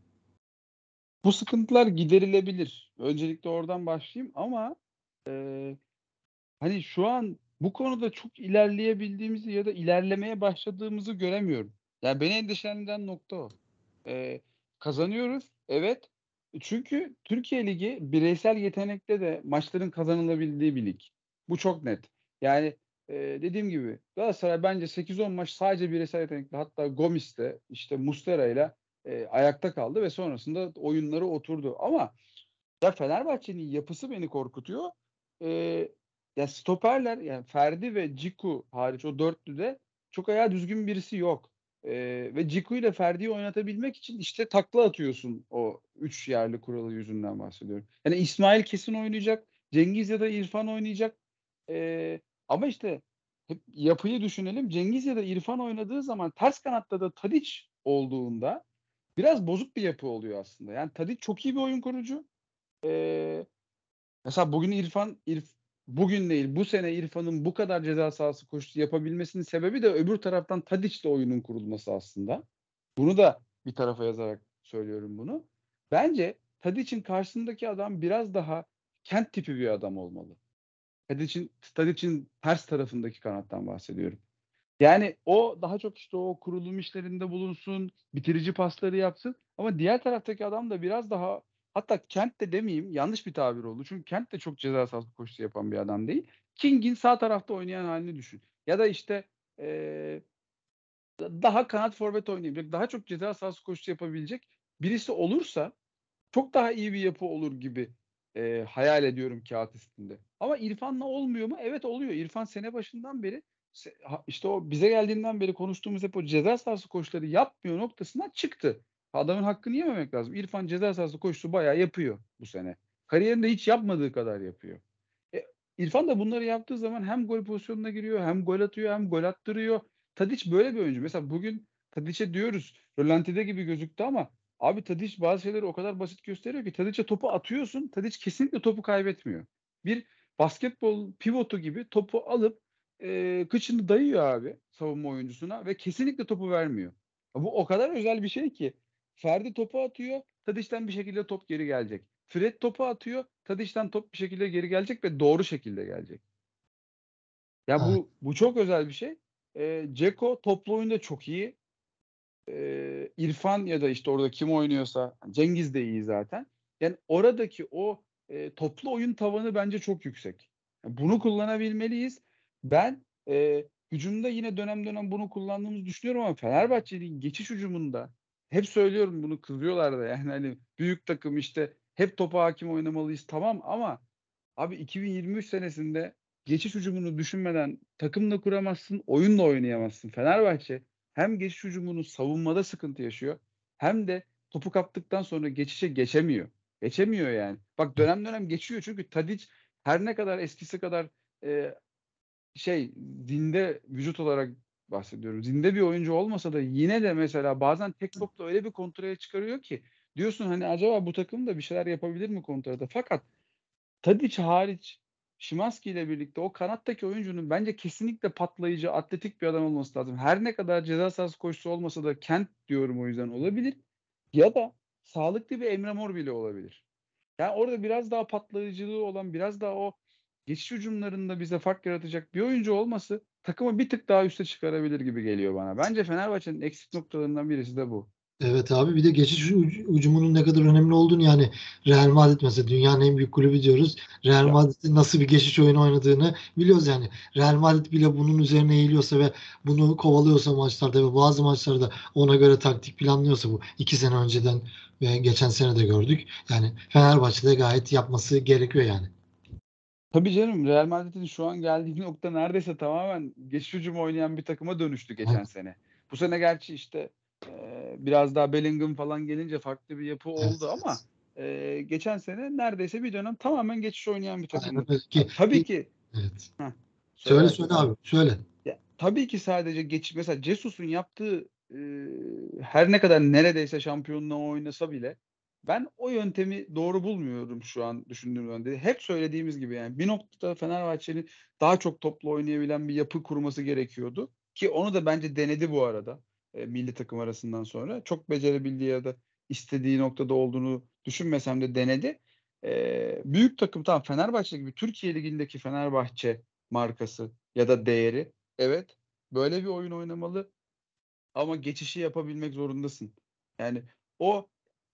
Bu sıkıntılar giderilebilir. Öncelikle oradan başlayayım ama, eee, hani, şu an bu konuda çok ilerleyebildiğimizi ya da ilerlemeye başladığımızı göremiyorum. Yani beni endişelendiren nokta o. Eee, Kazanıyoruz, evet. Çünkü Türkiye Ligi bireysel yetenekle de maçların kazanılabildiği bir lig. Bu çok net. Yani, dediğim gibi Galatasaray bence 8-10 maç sadece bireysel yetenekle hatta Gomis'te, işte, Muslera'yla, ayakta kaldı ve sonrasında oyunları oturdu ama ya Fenerbahçe'nin yapısı beni korkutuyor. Ya stoperler yani Ferdi ve Ciku hariç o dörtlüde çok ayağı düzgün birisi yok. Ve Ciku ile Ferdi'yi oynatabilmek için işte takla atıyorsun o 3 yerli kuralı yüzünden bahsediyorum. Yani İsmail kesin oynayacak. Cengiz ya da İrfan oynayacak. Ama işte hep yapıyı düşünelim. Cengiz ya da İrfan oynadığı zaman ters kanatta da Tadic olduğunda biraz bozuk bir yapı oluyor aslında. Yani Tadic çok iyi bir oyun kurucu. Eee, Mesela bugün değil, bu sene İrfan'ın bu kadar ceza sahası koşusu yapabilmesinin sebebi de öbür taraftan Tadic'le oyunun kurulması aslında. Bunu da bir tarafa yazarak söylüyorum bunu. Bence Tadic'in karşısındaki adam biraz daha Kent tipi bir adam olmalı. Tadic'in ters tarafındaki kanattan bahsediyorum. Yani o daha çok işte o kurulum işlerinde bulunsun, bitirici pasları yapsın. Ama diğer taraftaki adam da biraz daha, hatta Kent de demeyeyim, yanlış bir tabir oldu. Çünkü Kent de çok ceza sahası koşusu yapan bir adam değil. King'in sağ tarafta oynayan halini düşün. Ya da işte eee, daha kanat forvet oynayabilecek, daha çok ceza sahası koşusu yapabilecek birisi olursa çok daha iyi bir yapı olur gibi hayal ediyorum kağıt üstünde. Ama İrfan'la olmuyor mu? Evet oluyor. İrfan sene başından beri işte o bize geldiğinden beri konuştuğumuz hep o ceza sahası koşuları yapmıyor noktasından çıktı. Adamın hakkını yememek lazım. İrfan ceza sahası koşusu bayağı yapıyor bu sene. Kariyerinde hiç yapmadığı kadar yapıyor. E, İrfan da bunları yaptığı zaman hem gol pozisyonuna giriyor, hem gol atıyor, hem gol attırıyor. Tadiç böyle bir oyuncu. Mesela bugün Tadiç'e diyoruz rölantide gibi gözüktü ama abi Tadiç bazı şeyleri o kadar basit gösteriyor ki Tadiç'e topu atıyorsun. Tadiç kesinlikle topu kaybetmiyor. Bir basketbol pivotu gibi topu alıp kıçını dayıyor abi savunma oyuncusuna ve kesinlikle topu vermiyor. Bu o kadar özel bir şey ki Ferdi topu atıyor, Tadiç'ten bir şekilde top geri gelecek. Fred topu atıyor, Tadiç'ten top bir şekilde geri gelecek ve doğru şekilde gelecek. Ya Evet. bu çok özel bir şey. Dzeko toplu oyunda çok iyi. İrfan ya da işte orada kim oynuyorsa Cengiz de iyi zaten. Yani oradaki o toplu oyun tavanı bence çok yüksek. Yani bunu kullanabilmeliyiz. Ben hücumda yine dönem dönem bunu kullandığımızı düşünüyorum ama Fenerbahçe'nin geçiş hücumunda hep söylüyorum, bunu kızıyorlar da yani hani büyük takım işte hep topa hakim oynamalıyız tamam ama abi 2023 senesinde geçiş hücumunu düşünmeden takım da kuramazsın, oyun da oynayamazsın. Fenerbahçe hem geçiş hücumunu savunmada sıkıntı yaşıyor hem de topu kaptıktan sonra geçişe geçemiyor. Geçemiyor yani. Bak dönem dönem geçiyor çünkü Tadic her ne kadar eskisi kadar e, zinde vücut olarak bahsediyorum. Zinde bir oyuncu olmasa da yine de mesela bazen tek topla öyle bir kontraya çıkarıyor ki diyorsun hani acaba bu takım da bir şeyler yapabilir mi kontrada? Fakat Tadic hariç Szymański ile birlikte o kanattaki oyuncunun bence kesinlikle patlayıcı, atletik bir adam olması lazım. Her ne kadar ceza sahası koşusu olmasa da Kent diyorum o yüzden olabilir. Ya da sağlıklı bir Emre Mor bile olabilir. Yani orada biraz daha patlayıcılığı olan, biraz daha o geçiş hücumlarında bize fark yaratacak bir oyuncu olması takımı bir tık daha üste çıkarabilir gibi geliyor bana. Bence Fenerbahçe'nin eksik noktalarından birisi de bu. Evet abi, bir de geçiş ucumunun ne kadar önemli olduğunu, yani Real Madrid mesela dünyanın en büyük kulübü diyoruz. Real Ya Madrid'in nasıl bir geçiş oyunu oynadığını biliyoruz yani. Real Madrid bile bunun üzerine eğiliyorsa ve bunu kovalıyorsa maçlarda ve bazı maçlarda ona göre taktik planlıyorsa, bu 2 sene önceden ve geçen sene de gördük. Yani Fenerbahçe'de gayet yapması gerekiyor yani. tabii canım, Real Madrid'in şu an geldiği nokta neredeyse tamamen geçiş hücumu oynayan bir takıma dönüştü geçen Evet, sene. Bu sene gerçi işte biraz daha Bellingham falan gelince farklı bir yapı oldu evet, ama evet. geçen sene neredeyse bir dönem tamamen geçiş oynayan bir Aynen takımdı. öyle Ha, ki, tabii ki evet. heh, söyle Söyle abi. söyle abi, söyle. Ya, tabii ki sadece mesela Jesus'un yaptığı her ne kadar neredeyse şampiyonluğa oynasa bile ben o yöntemi doğru bulmuyorum şu an düşündüğüm yönde. Hep söylediğimiz gibi yani bir noktada Fenerbahçe'nin daha çok toplu oynayabilen bir yapı kurması gerekiyordu. Ki onu da bence denedi bu arada milli takım arasından sonra. Çok becerebildiği ya da istediği noktada olduğunu düşünmesem de denedi. Büyük takım tamam, Fenerbahçe gibi Türkiye Ligi'ndeki Fenerbahçe markası ya da değeri, evet, böyle bir oyun oynamalı ama geçişi yapabilmek zorundasın. Yani o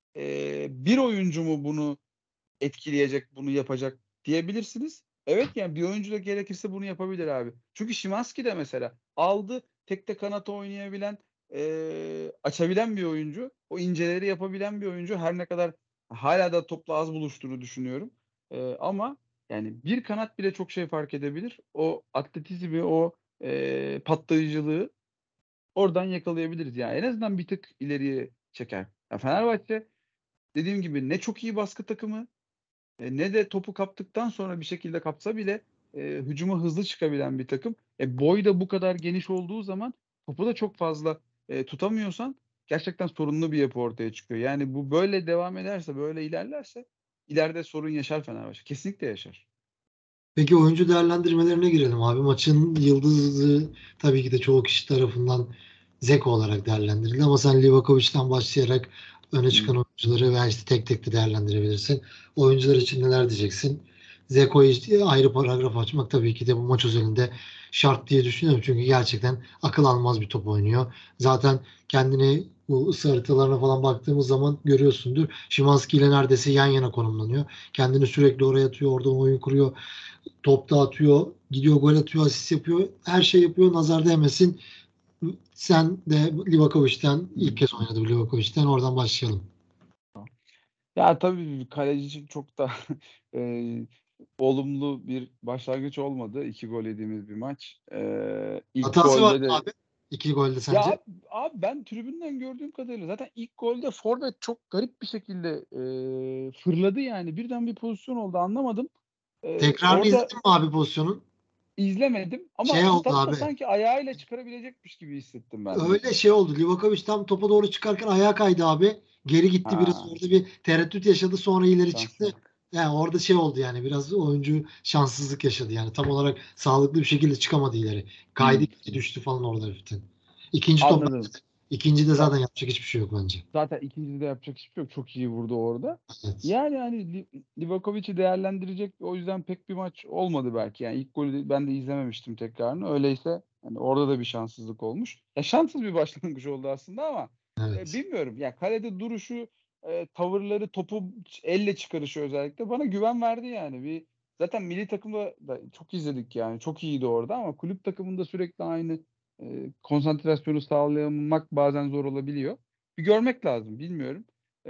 bir oyuncu mu bunu etkileyecek, bunu yapacak diyebilirsiniz. Evet yani bir oyuncu da gerekirse bunu yapabilir abi. Çünkü Szymański de mesela aldı tekte kanata oynayabilen, açabilen bir oyuncu. O inceleri yapabilen bir oyuncu. Her ne kadar hala da topla az buluştuğunu düşünüyorum. Ama yani bir kanat bile çok şey fark edebilir. O atletizmi, o patlayıcılığı oradan yakalayabiliriz. Yani en azından bir tık ileriye çeker. Ya Fenerbahçe dediğim gibi ne çok iyi baskı takımı, ne de topu kaptıktan sonra bir şekilde kapsa bile hücuma hızlı çıkabilen bir takım. Boy da bu kadar geniş olduğu zaman topu da çok fazla tutamıyorsan gerçekten sorunlu bir yapı ortaya çıkıyor. Yani bu böyle devam ederse, böyle ilerlerse ileride sorun yaşar Fenerbahçe. Kesinlikle yaşar. Peki oyuncu değerlendirmelerine girelim abi. Maçın yıldızı tabii ki de çoğu kişi tarafından Dzeko olarak değerlendirildi ama sen Livakovic'den başlayarak öne Hı. çıkan oyuncuları veya işte tek tek de değerlendirebilirsin. Oyuncular için neler diyeceksin? Zeko'yu işte ayrı paragraf açmak tabii ki de bu maç özelinde şart diye düşünüyorum. Çünkü gerçekten akıl almaz bir top oynuyor. Zaten kendini bu ısı haritalarına falan baktığımız zaman görüyorsundur. Szymański ile neredeyse yan yana konumlanıyor. Kendini sürekli oraya atıyor, oradan oyun kuruyor. Top dağıtıyor, gidiyor gol atıyor, asist yapıyor. Her şey yapıyor. Nazar değmesin. Sen de Livakovic'ten Hı. ilk kez oynadı bu Livakovic'ten. Oradan başlayalım. Ya tabii kaleci için çok da eee, olumlu bir başlangıç olmadı. 2 gol yediğimiz bir maç. İlk Hatası var golde mı de abi? İki golde ya sence? abi ben tribünden gördüğüm kadarıyla zaten ilk golde forvet çok garip bir şekilde fırladı yani. Birden bir pozisyon oldu anlamadım. Tekrarını Orada izledin mi abi pozisyonun? izlemedim ama Şey oldu statta abi. sanki ayağıyla çıkarabilecekmiş gibi hissettim ben. Öyle şey oldu. Livakovic tam topa doğru çıkarken ayağa kaydı abi. Geri gitti biraz Ha, orada bir tereddüt yaşadı sonra ileri çıktı. şanssızlık. Yani orada şey oldu yani biraz oyuncu şanssızlık yaşadı yani. Tam olarak sağlıklı bir şekilde çıkamadı ileri. Kaydı Hımm. gitti, düştü falan orada hafiften. İkinci top Anladım. ikinci de Za zaten yapacak hiçbir şey yok bence. zaten 2'ncide yapacak hiçbir şey yok. Çok iyi vurdu orada. Evet. Yani, hani, Livakovic'i değerlendirecek o yüzden pek bir maç olmadı belki. Yani ilk golü ben de izlememiştim tekrarını. Öyleyse, hani, orada da bir şanssızlık olmuş. Ya, şanssız bir başlangıç oldu aslında ama, Evet. bilmiyorum. Ya, kalede duruşu, tavırları, topu elle çıkarışı özellikle bana güven verdi yani. Zaten milli takımda da çok izledik yani. Çok iyiydi orada ama kulüp takımında sürekli aynı, konsantrasyonu sağlayamak bazen zor olabiliyor. Bir görmek lazım, bilmiyorum.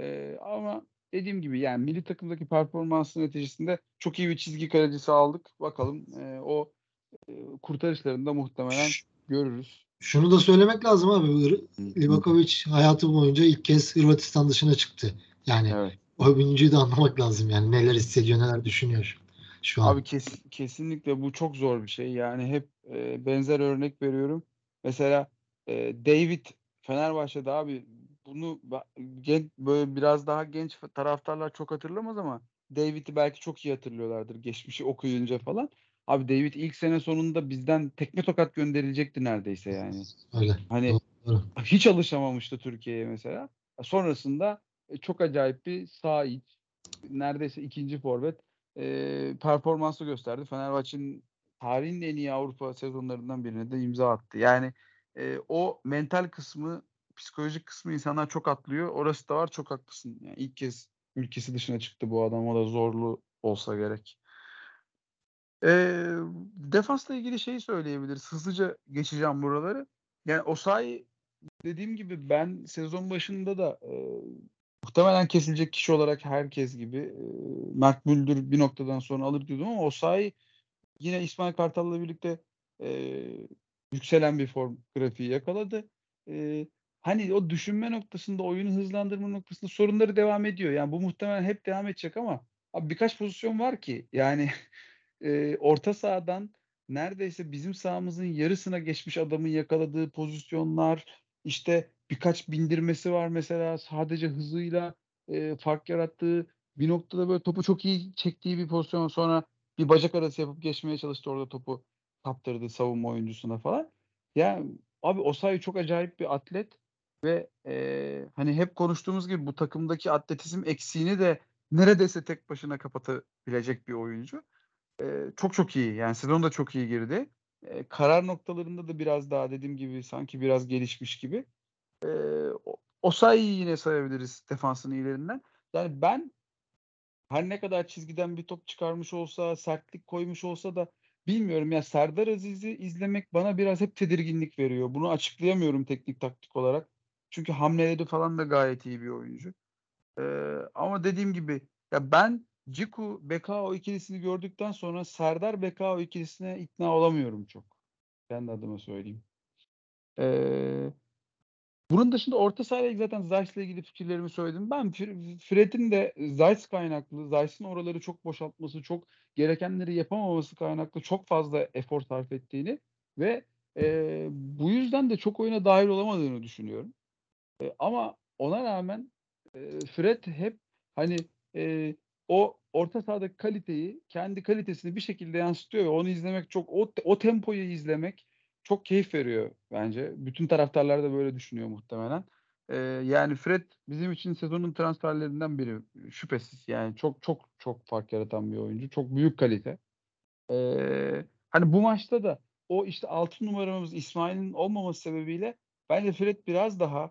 Ama dediğim gibi, yani, milli takımdaki performansı neticesinde çok iyi bir çizgi kalecisi aldık. Bakalım, o, kurtarışlarını da muhtemelen Ş- görürüz. Şunu da söylemek lazım abi. Hı. Livakovic hayatı boyunca ilk kez Hırvatistan dışına çıktı. Yani Evet. o oyuncuyu da anlamak lazım yani neler hissediyor, neler düşünüyor şu an. Abi kesinlikle bu çok zor bir şey. Yani hep, benzer örnek veriyorum. Mesela, David Fenerbahçe'de abi bunu böyle biraz daha genç taraftarlar çok hatırlamaz ama David'i belki çok iyi hatırlıyorlardır geçmişi okuyunca falan. Abi David ilk sene sonunda bizden tekme tokat gönderilecekti neredeyse yani. Öyle. Hani Doğru. Doğru. hiç alışamamıştı Türkiye'ye mesela. Sonrasında, çok acayip bir sağ iç, neredeyse ikinci forvet, performansı gösterdi. Fenerbahçe'nin tarihinin en iyi Avrupa sezonlarından birine de imza attı. Yani, o mental kısmı, psikolojik kısmı insanlar çok atlıyor. Orası da var, çok haklısın. Yani ilk kez ülkesi dışına çıktı bu adam. O da zorlu olsa gerek. Eee, Defansla ilgili şeyi söyleyebiliriz. Hızlıca geçeceğim buraları. Yani Osayi dediğim gibi ben sezon başında da, muhtemelen kesilecek kişi olarak herkes gibi, Mert Müldür bir noktadan sonra alır diyordum ama Osayi yine İsmail Kartal'la birlikte, eee, yükselen bir form grafiği yakaladı. Eee, Hani o düşünme noktasında, oyunu hızlandırma noktasında sorunları devam ediyor. Yani bu muhtemelen hep devam edecek ama abi birkaç pozisyon var ki yani orta sahadan neredeyse bizim sahamızın yarısına geçmiş adamın yakaladığı pozisyonlar, işte, birkaç bindirmesi var mesela sadece hızıyla, fark yarattığı, bir noktada böyle topu çok iyi çektiği bir pozisyon sonra bir bacak arası yapıp geçmeye çalıştı. Orada topu kaptırdı savunma oyuncusuna falan. Ya, abi Osayi çok acayip bir atlet ve, hani, hep konuştuğumuz gibi bu takımdaki atletizm eksiğini de neredeyse tek başına kapatabilecek bir oyuncu. Çok çok iyi. Yani sezona da çok iyi girdi. Karar noktalarında da biraz daha dediğim gibi sanki biraz gelişmiş gibi. Osayi'yi yine sayabiliriz defansın iyilerinden. Yani ben her ne kadar çizgiden bir top çıkarmış olsa, sertlik koymuş olsa da bilmiyorum ya Serdar Aziz'i izlemek bana biraz hep tedirginlik veriyor. Bunu açıklayamıyorum teknik taktik olarak. Çünkü hamleleri falan da gayet iyi bir oyuncu. Ama dediğim gibi ya ben Ciku Bekao ikilisini gördükten sonra Serdar Bekao ikilisine ikna olamıyorum çok. Kendi adıma söyleyeyim. Eee, Bunun dışında orta sahayla ilgili zaten Zayt'la ilgili fikirlerimi söyledim. Ben Fred'in de Zayt kaynaklı, Zayt'ın oraları çok boşaltması, çok gerekenleri yapamaması kaynaklı çok fazla efor sarf ettiğini ve, bu yüzden de çok oyuna dâhil olamadığını düşünüyorum. Ama ona rağmen, Fred hep, hani, o orta sahadaki kaliteyi, kendi kalitesini bir şekilde yansıtıyor ve onu izlemek çok o tempoyu izlemek çok keyif veriyor bence. Bütün taraftarlar da böyle düşünüyor muhtemelen. Yani Fred bizim için sezonun transferlerinden biri şüphesiz. Yani çok çok çok fark yaratan bir oyuncu. Çok büyük kalite. Hani bu maçta da o işte 6 numaramız İsmail'in olmaması sebebiyle bence Fred biraz daha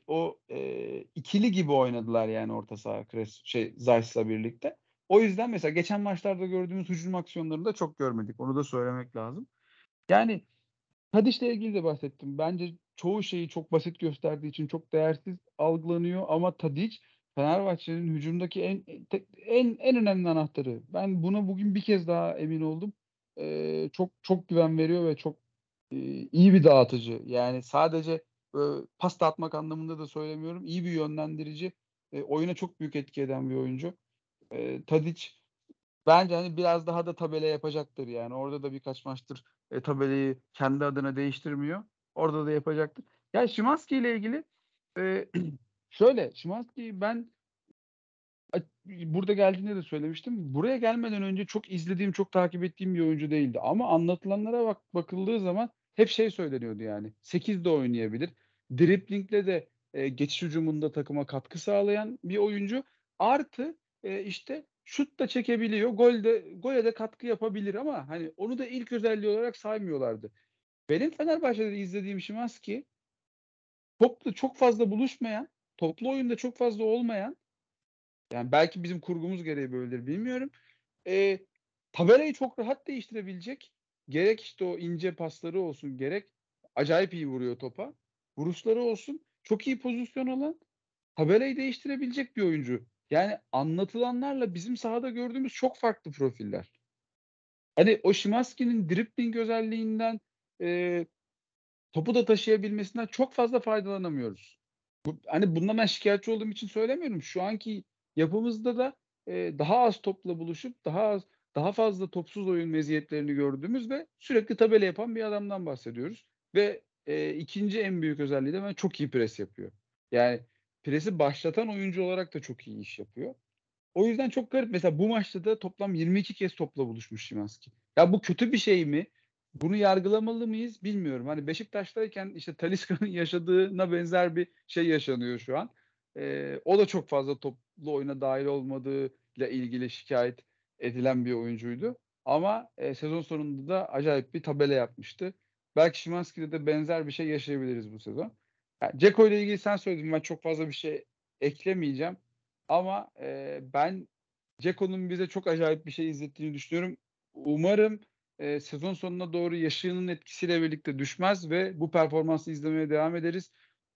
ikili gibi oynadılar yani orta saha Zayt'la birlikte. O yüzden mesela geçen maçlarda gördüğümüz hücum aksiyonlarını da çok görmedik. Onu da söylemek lazım. Yani Tadic'le ilgili de bahsettim. Bence çoğu şeyi çok basit gösterdiği için çok değersiz algılanıyor ama Tadic Fenerbahçe'nin hücumdaki en önemli anahtarı. Ben buna bugün bir kez daha emin oldum. Çok çok güven veriyor ve çok iyi bir dağıtıcı. Yani sadece pas dağıtmak anlamında da söylemiyorum. İyi bir yönlendirici. Oyuna çok büyük etki eden bir oyuncu. Tadic bence hani biraz daha da tabela yapacaktır yani. Orada da birkaç maçtır tabelayı kendi adına değiştirmiyor. Orada da yapacaktır. Ya Szymański ile ilgili e, şöyle Szymański'yi ben burada geldiğinde de söylemiştim. Buraya gelmeden önce çok izlediğim, çok takip ettiğim bir oyuncu değildi. Ama anlatılanlara bakıldığı zaman hep şey söyleniyordu yani. 8 de oynayabilir. Driblingle de geçiş hücumunda takıma katkı sağlayan bir oyuncu. Artı işte şut da çekebiliyor. Gole de katkı yapabilir ama hani onu da ilk özelliği olarak saymıyorlardı. Benim Fenerbahçe'de izlediğim Szymański topla çok fazla buluşmayan, toplu oyunda çok fazla olmayan yani belki bizim kurgumuz gereği böyledir bilmiyorum. Tabelayı çok rahat değiştirebilecek. Gerek işte o ince pasları olsun gerek acayip iyi vuruyor topa. Vuruşları olsun. Çok iyi pozisyon alan. Tabelayı değiştirebilecek bir oyuncu. Yani anlatılanlarla bizim sahada gördüğümüz çok farklı profiller. Hani o Szymański'nin dribbling özelliğinden topu da taşıyabilmesinden çok fazla faydalanamıyoruz. Hani bundan ben şikayetçi olduğum için söylemiyorum. Şu anki yapımızda da daha az topla buluşup daha fazla topsuz oyun meziyetlerini gördüğümüz ve sürekli tabela yapan bir adamdan bahsediyoruz. Ve ikinci en büyük özelliği de çok iyi pres yapıyor. Yani presi başlatan oyuncu olarak da çok iyi iş yapıyor. O yüzden çok garip. Mesela bu maçta da toplam 22 kez topla buluşmuş Szymański. Ya bu kötü bir şey mi? Bunu yargılamalı mıyız bilmiyorum. Hani Beşiktaş'tayken işte Talisca'nın yaşadığına benzer bir şey yaşanıyor şu an. O da çok fazla toplu oyuna dahil olmadığıyla ilgili şikayet edilen bir oyuncuydu. Ama sezon sonunda da acayip bir tabela yapmıştı. Belki Szymański'de de benzer bir şey yaşayabiliriz bu sezon. Yani Dzeko ile ilgili sen söyledin. Ben çok fazla bir şey eklemeyeceğim. Ama ben Dzeko'nun bize çok acayip bir şey izlettiğini düşünüyorum. Umarım sezon sonuna doğru yaşının etkisiyle birlikte düşmez ve bu performansı izlemeye devam ederiz.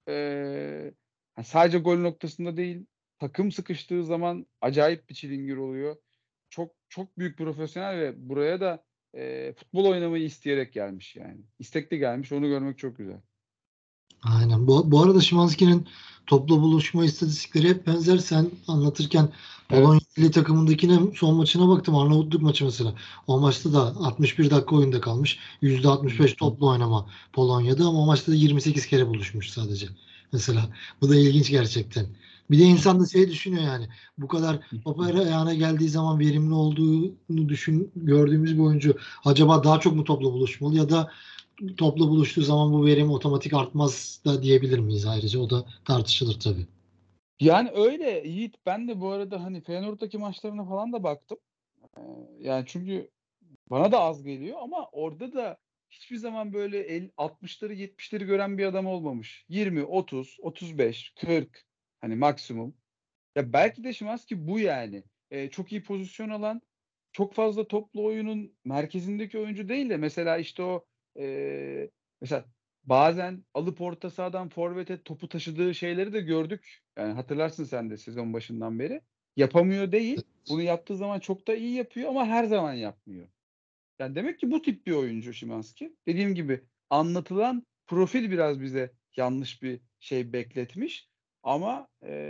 Sadece gol noktasında değil, takım sıkıştığı zaman acayip bir çilingir oluyor. Çok çok büyük profesyonel ve buraya da futbol oynamayı isteyerek gelmiş yani. İstekli gelmiş. Onu görmek çok güzel. Aynen. Bu arada Szymański'nin topla buluşma istatistikleri hep benzer. Sen anlatırken Evet. Polonya milli takımındakine son maçına baktım. Arnavutluk maçı mesela. O maçta da 61 dakika oyunda kalmış. %65 toplu oynama Polonya'da ama o maçta da 28 kere buluşmuş sadece. Mesela bu da ilginç gerçekten. Bir de insan da şey düşünüyor yani. Bu kadar topa ayağına geldiği zaman verimli olduğunu gördüğümüz bir oyuncu acaba daha çok mu topla buluşmalı ya da topla buluştuğu zaman bu verim otomatik artmaz da diyebilir miyiz ayrıca? O da tartışılır tabii. Yani öyle Yiğit. Ben de bu arada hani Feyenoord'daki maçlarına falan da baktım. Yani çünkü bana da az geliyor ama orada da hiçbir zaman böyle 60'ları 70'leri gören bir adam olmamış. 20, 30, 35, 40 hani maksimum. Ya belki de Szymański bu yani. Çok iyi pozisyon alan, çok fazla toplu oyunun merkezindeki oyuncu değil de mesela işte o mesela bazen alıp orta sahadan forvete topu taşıdığı şeyleri de gördük. Yani hatırlarsın sen de sezon başından beri. Yapamıyor değil. Bunu yaptığı zaman çok da iyi yapıyor ama her zaman yapmıyor. Yani demek ki bu tip bir oyuncu Szymański. Dediğim gibi anlatılan profil biraz bize yanlış bir şey bekletmiş. Ama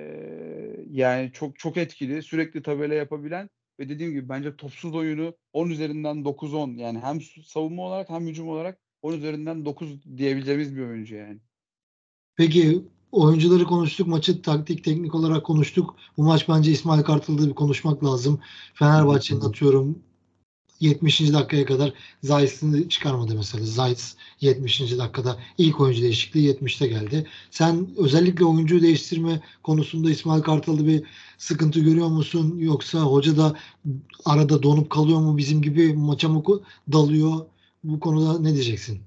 yani çok çok etkili, sürekli tabela yapabilen ve dediğim gibi bence topsuz oyunu 10 üzerinden 9-10 yani hem savunma olarak hem hücum olarak 10 üzerinden 9 diyebileceğimiz bir oyuncu yani. Peki oyuncuları konuştuk. Maçı taktik teknik olarak konuştuk. Bu maç bence İsmail Kartal'da bir konuşmak lazım. Hı hı. Fenerbahçe'nin atıyorum 70. dakikaya kadar Zayt'sini çıkarmadı mesela. Zayt 70. dakikada ilk oyuncu değişikliği 70'te geldi. Sen özellikle oyuncu değiştirme konusunda İsmail Kartal'da bir sıkıntı görüyor musun? Yoksa hoca da arada donup kalıyor mu? Bizim gibi maça mı dalıyor? Bu konuda ne diyeceksin?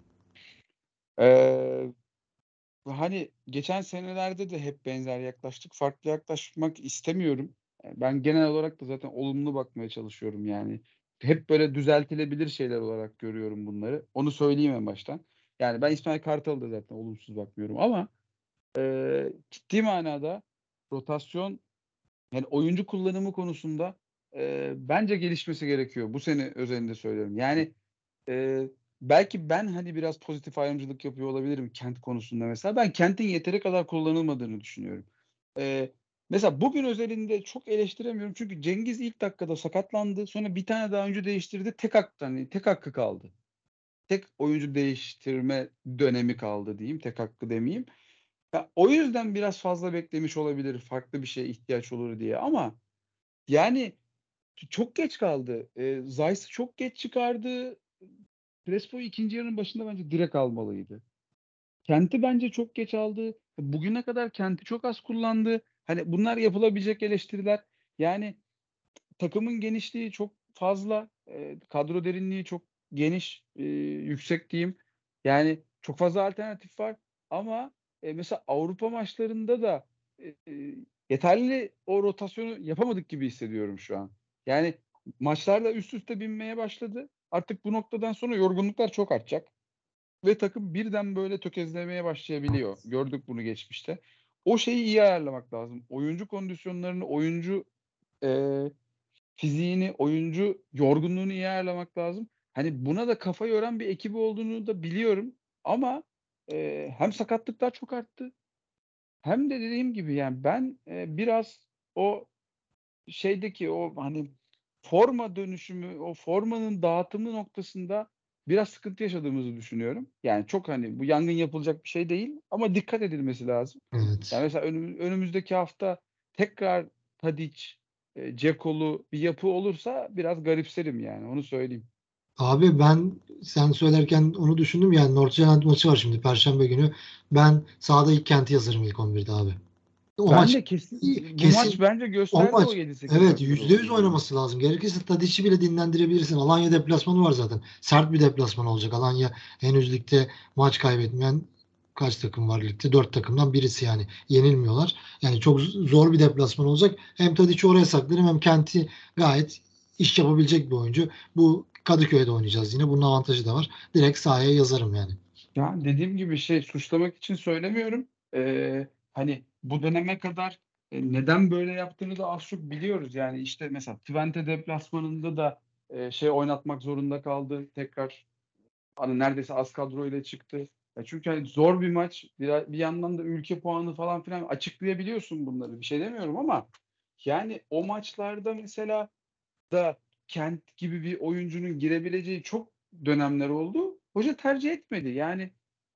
Eee, Hani geçen senelerde de hep benzer yaklaştık. Farklı yaklaşmak istemiyorum. Ben genel olarak da zaten olumlu bakmaya çalışıyorum yani. Hep böyle düzeltilebilir şeyler olarak görüyorum bunları. Onu söyleyeyim en baştan. Yani ben İsmail Kartal'a da zaten olumsuz bakmıyorum ama ciddi manada rotasyon, yani oyuncu kullanımı konusunda, bence gelişmesi gerekiyor. Bu sene özelinde söylüyorum. Yani, belki ben, hani, biraz pozitif ayrımcılık yapıyor olabilirim Kent konusunda mesela. Ben Kent'in yeteri kadar kullanılmadığını düşünüyorum. Eee, Mesela bugün özelinde çok eleştiremiyorum çünkü Cengiz ilk dakikada sakatlandı. Sonra bir tane daha oyuncu değiştirdi. Tek hakkı kaldı. Tek oyuncu değiştirme dönemi kaldı diyeyim, tek hakkı demeyeyim. Ya, o yüzden biraz fazla beklemiş olabilir, farklı bir şeye ihtiyaç olur diye ama yani çok geç kaldı. Zeiss'i çok geç çıkardı. Crespo'yu ikinci yarının başında bence direkt almalıydı. Kent'i bence çok geç aldı. Bugüne kadar Kent'i çok az kullandı. Hani bunlar yapılabilecek eleştiriler. Yani takımın genişliği çok fazla, kadro derinliği çok geniş, yüksek diyeyim. Yani çok fazla alternatif var ama, mesela Avrupa maçlarında da, yeterli o rotasyonu yapamadık gibi hissediyorum şu an. Yani maçlar da üst üste binmeye başladı. Artık bu noktadan sonra yorgunluklar çok artacak ve takım birden böyle tökezlemeye başlayabiliyor. Gördük bunu geçmişte. O şeyi iyi ayarlamak lazım. Oyuncu kondisyonlarını, oyuncu, eee fiziğini, oyuncu yorgunluğunu iyi ayarlamak lazım. Hani, buna da kafa yoran bir ekibi olduğunu da biliyorum ama, hem sakatlıklar çok arttı hem de dediğim gibi, yani, ben, biraz o şeydeki o, hani, forma dönüşümü, o formanın dağıtımı noktasında biraz sıkıntı yaşadığımızı düşünüyorum. Yani, çok, hani, bu yangın yapılacak bir şey değil ama dikkat edilmesi lazım. Yani, Evet. mesela önümüzdeki hafta tekrar Tadic, Dzeko'lu bir yapı olursa biraz garipserim yani, onu söyleyeyim. Abi ben sen söylerken onu düşündüm yani Nordsjælland maçı var şimdi Perşembe günü. Ben sahada ilk Kent'i yazarım ilk 11'de abi. O Ben maç de bu maç kesin bence o gösterdi o maç 7-8 evet haftadır %100 olduğunu. oynaması lazım. Gerekirse Tadic'i bile dinlendirebilirsin. Alanya deplasmanı var zaten. Sert bir deplasman olacak. Alanya henüz ligde maç kaybetmeyen kaç takım var ligde? 4 takımdan birisi yani. Yenilmiyorlar. Yani çok zor bir deplasman olacak. Hem Tadic'i oraya saklarım hem Kent'i gayet iş yapabilecek bir oyuncu. Bu Kadıköy'de oynayacağız yine. Bunun avantajı da var. Direkt sahaya yazarım yani. Ya, dediğim gibi suçlamak için söylemiyorum. Hani, bu döneme kadar, neden böyle yaptığını da az çok biliyoruz. Yani, işte, mesela Twente deplasmanında da, oynatmak zorunda kaldı tekrar. Hani, neredeyse az kadroyla çıktı. Ya, çünkü, hani, zor bir maç. Bir yandan da ülke puanı falan filan açıklayabiliyorsun bunları. Bir şey demiyorum ama, yani, o maçlarda mesela da Kent gibi bir oyuncunun girebileceği çok dönemler oldu. Hoca tercih etmedi. Yani,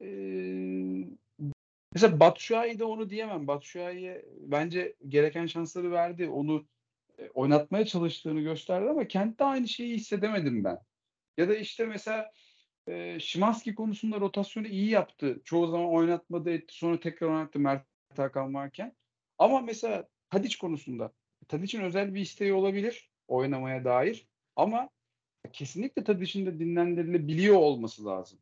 eee, mesela Batshuayi'de onu diyemem. Batshuayi'ye bence gereken şansları verdi. Onu, oynatmaya çalıştığını gösterdi ama Kent'te aynı şeyi hissedemedim ben. Ya da, işte, mesela, Szymański konusunda rotasyonu iyi yaptı. Çoğu zaman oynatmadı etti. Sonra tekrar oynattı Mert Hakan varken. Ama mesela Tadic konusunda, Tadic'in özel bir isteği olabilir oynamaya dair ama kesinlikle Tadic'in de dinlendirilebiliyor olması lazım.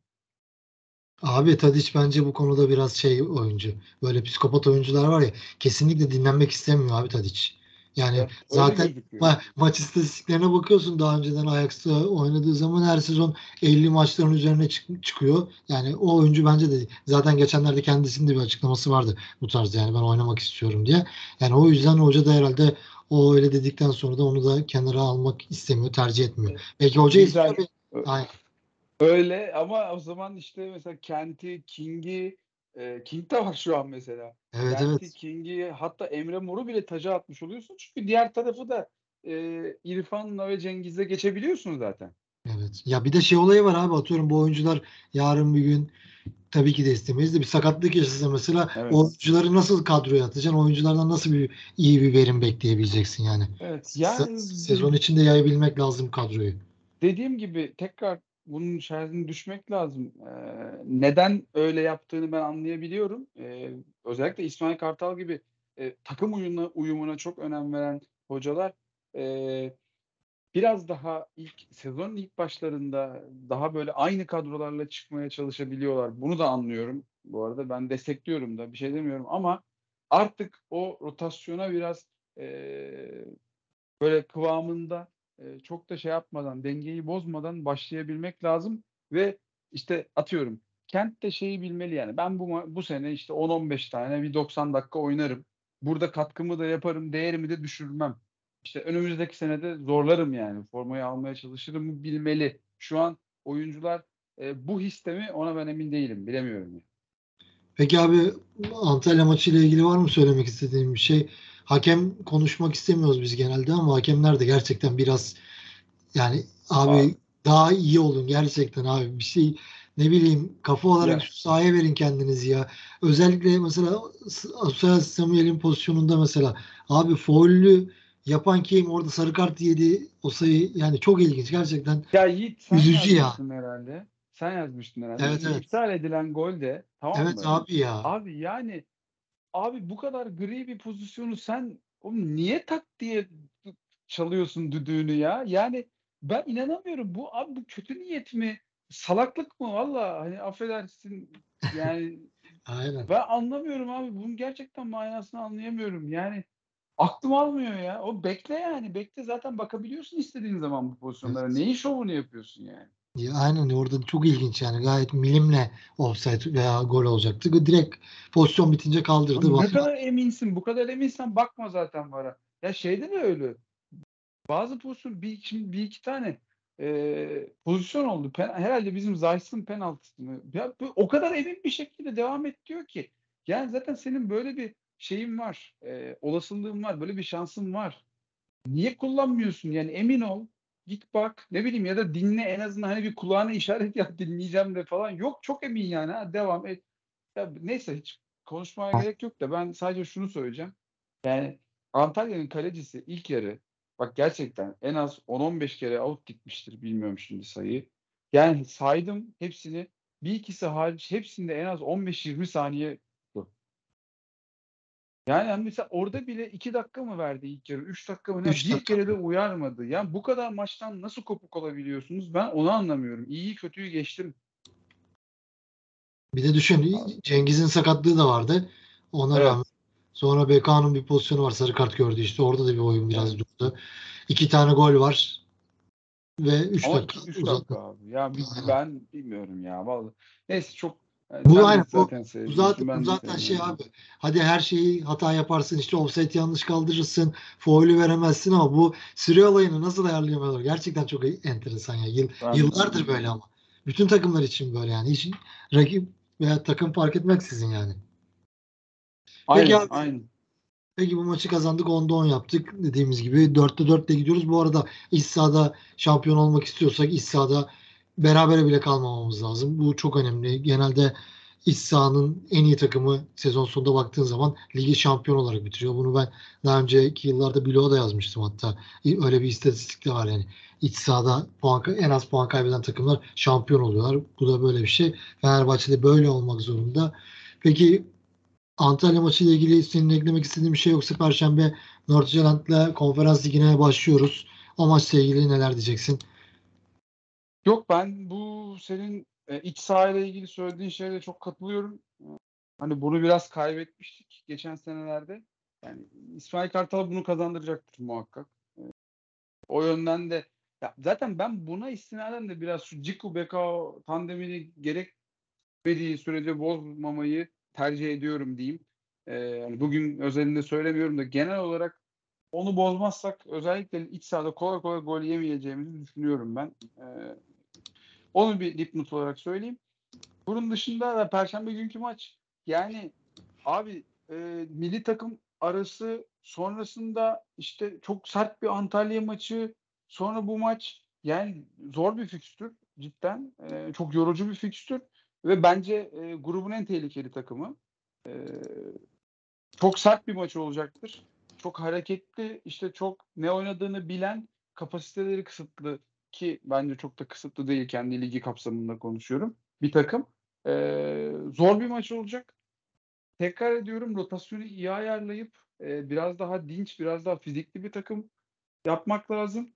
Abi Tadiç bence bu konuda biraz şey oyuncu. Böyle psikopat oyuncular var ya kesinlikle dinlenmek istemiyor abi Tadiç. Yani Evet, öyle zaten gözüküyor. maç istatistiklerine bakıyorsun daha önceden Ajax'ta oynadığı zaman her sezon 50 maçların üzerine çıkıyor. Yani o oyuncu bence de zaten geçenlerde kendisinin de bir açıklaması vardı bu tarz yani ben oynamak istiyorum diye. Yani o yüzden hoca da herhalde o öyle dedikten sonra da onu da kenara almak istemiyor, tercih etmiyor. Belki hoca istiyor. Güzel. Ö Aynen. Öyle ama o zaman, işte, mesela Kent'i, King'i, King de var şu an mesela. Evet, Kent'i, evet. King'i hatta Emre Mor'u bile taca atmış oluyorsun. Çünkü diğer tarafı da, İrfan'la ve Cengiz'le geçebiliyorsun zaten. Evet. Ya bir de şey olayı var abi atıyorum bu oyuncular yarın bir gün tabii ki de istemeyiz de bir sakatlık yaşasa mesela o Evet. oyuncuları nasıl kadroya atacaksın? Oyunculardan nasıl iyi bir verim bekleyebileceksin yani? Evet, yani Sezon içinde yayabilmek lazım kadroyu. dediğim gibi tekrar bunun şerhine düşmek lazım. Neden öyle yaptığını ben anlayabiliyorum. Özellikle İsmail Kartal gibi, takım uyumuna çok önem veren hocalar, eee, biraz daha sezonun ilk başlarında daha böyle aynı kadrolarla çıkmaya çalışabiliyorlar. Bunu da anlıyorum bu arada. Ben destekliyorum da, bir şey demiyorum ama artık o rotasyona biraz, eee böyle kıvamında, çok da şey yapmadan, dengeyi bozmadan başlayabilmek lazım ve, işte, atıyorum, Kent de şeyi bilmeli yani, ben bu sene, işte, 10-15 tane bir 90 dakika oynarım. Burada katkımı da yaparım, değerimi de düşürmem. İşte, önümüzdeki sene de zorlarım yani, formayı almaya çalışırımı bilmeli. Şu an oyuncular, bu histe mi ona ben emin değilim, bilemiyorum yani. Peki abi, Antalya maçıyla ilgili var mı söylemek istediğin bir şey? Hakem konuşmak istemiyoruz biz genelde ama hakemler de gerçekten biraz, yani Abi, abi daha iyi olun gerçekten abi, bir şey, ne bileyim, kafa olarak ya şu sahaya verin kendinizi ya. Özellikle mesela Asuel Samuel'in pozisyonunda mesela abi faullü yapan kim, orada sarı kart yedi o sayı, yani çok ilginç gerçekten, Ya Yiğit sen üzücü ya. yazmıştın herhâlde. Sen yazmıştın herhâlde. Evet, evet. İptal edilen golde, tamam Evet mı? abi ya. Abi, yani, abi bu kadar gri bir pozisyonu sen oğlum niye tak diye çalıyorsun düdüğünü ya? Yani ben inanamıyorum. Bu kötü niyet mi? Salaklık mı? Valla hani affedersin yani Aynen. ben anlamıyorum abi. Bunun gerçekten manasını anlayamıyorum. Yani aklım almıyor ya. O bekle yani. Bekle zaten bakabiliyorsun istediğin zaman bu pozisyonlara. Evet. Neyin şovunu yapıyorsun yani? Ya aynen, orada çok ilginç yani, gayet milimle offside veya gol olacaktı. Direkt pozisyon bitince kaldırdı. Abi ne Vallahi kadar eminsin, bu kadar eminsen bakma zaten VAR'a. Ya şeyde de öyle. Bazı pozisyon şimdi 1-2 tane, pozisyon oldu. Herhâlde bizim Zayt'sın penaltısı mı? Ya, o kadar emin bir şekilde devam et diyor ki. Yani zaten senin böyle bir şeyin var, olasılığın var, böyle bir şansın var. Niye kullanmıyorsun? Yani emin ol, git bak, ne bileyim ya da dinle en azından, hani, bir kulağına işaret yap, dinleyeceğim de falan. Yok, çok emin yani, ha, devam et. Ya, neyse hiç konuşmaya gerek yok da ben sadece şunu söyleyeceğim. Yani Antalya'nın kalecisi ilk yarı bak gerçekten en az 10-15 kere out gitmiştir. Bilmiyorum şimdi sayıyı. Yani saydım hepsini. Bir ikisi hariç hepsinde en az 15-20 saniye tuttu. Yani, hani, mesela orada bile 2 dakika mı verdi ilk yarı, 3 dakika mı ne? 3 Bir dakika. kere de uyarmadı. Yani bu kadar maçtan nasıl kopuk olabiliyorsunuz? Ben onu anlamıyorum. İyiyi kötüyü geçtim. Bir de düşün, Abi, Cengiz'in sakatlığı da vardı. Ona rağmen evet, sonra Bekao'nun bir pozisyonu var, sarı kart gördü işte. Orada da bir oyun biraz evet. durdu. 2 tane gol var ve 3 Ama dakika 2-3 uzatma. dakika abi. Ya Aynen. ben bilmiyorum ya vallahi. Neyse çok Bu sen de aynen bu, zaten bu zaten sevmiyorsun, bu ben de zaten şey sevmiyorum. abi. Hadi her şeyi hata yaparsın, işte offside yanlış kaldırırsın, faulü veremezsin ama bu süre olayını nasıl ayarlayamıyorlar? Gerçekten çok enteresan ya. Ben de Yıllardır böyle ama. Bütün takımlar için böyle yani. Hiç rakip veya takım fark etmeksizin yani. Peki aynen, abi, aynen. peki bu maçı kazandık, 10'da 10 yaptık. Dediğimiz gibi 4'te 4'te gidiyoruz. Bu arada iç sahada şampiyon olmak istiyorsak iç sahada berabere bile kalmamamız lazım. Bu çok önemli. Genelde iç sahanın en iyi takımı sezon sonunda baktığın zaman ligi şampiyon olarak bitiriyor. Bunu ben daha önceki yıllarda bloğa da yazmıştım hatta. Öyle bir istatistik de var yani. İç sahada en az puan kaybeden takımlar şampiyon oluyorlar. Bu da böyle bir şey. Fenerbahçe'de böyle olmak zorunda. Peki Antalya maçı ile ilgili senin eklemek istediğin bir şey yoksa Perşembe Nordsjælland'la Konferans Ligi'ne başlıyoruz. O maçla ilgili neler diyeceksin? Yok ben bu senin, iç sahayla ilgili söylediğin şeye çok katılıyorum. Hani bunu biraz kaybetmiştik geçen senelerde. Yani İsmail Kartal bunu kazandıracaktır muhakkak. O yönden de ya zaten ben buna istinaden de biraz şu Ciku Bekao tandemini gerekmediği sürece bozmamayı tercih ediyorum diyeyim. Hani bugün özelinde söylemiyorum da genel olarak onu bozmazsak özellikle iç sahada kolay kolay gol yemeyeceğimizi düşünüyorum ben. Onu bir dipnot olarak söyleyeyim. Bunun dışında da perşembe günkü maç yani abi, milli takım arası sonrasında, işte, çok sert bir Antalya maçı, sonra bu maç, yani, zor bir fikstür cidden. Çok yorucu bir fikstür ve bence, grubun en tehlikeli takımı. Eee, Çok sert bir maç olacaktır. Çok hareketli, işte, çok ne oynadığını bilen, kapasiteleri kısıtlı ki bence çok da kısıtlı değil, kendi ligi kapsamında konuşuyorum. Bir takım. Zor bir maç olacak. Tekrar ediyorum, rotasyonu iyi ayarlayıp biraz daha dinç, biraz daha fizikli bir takım yapmak lazım.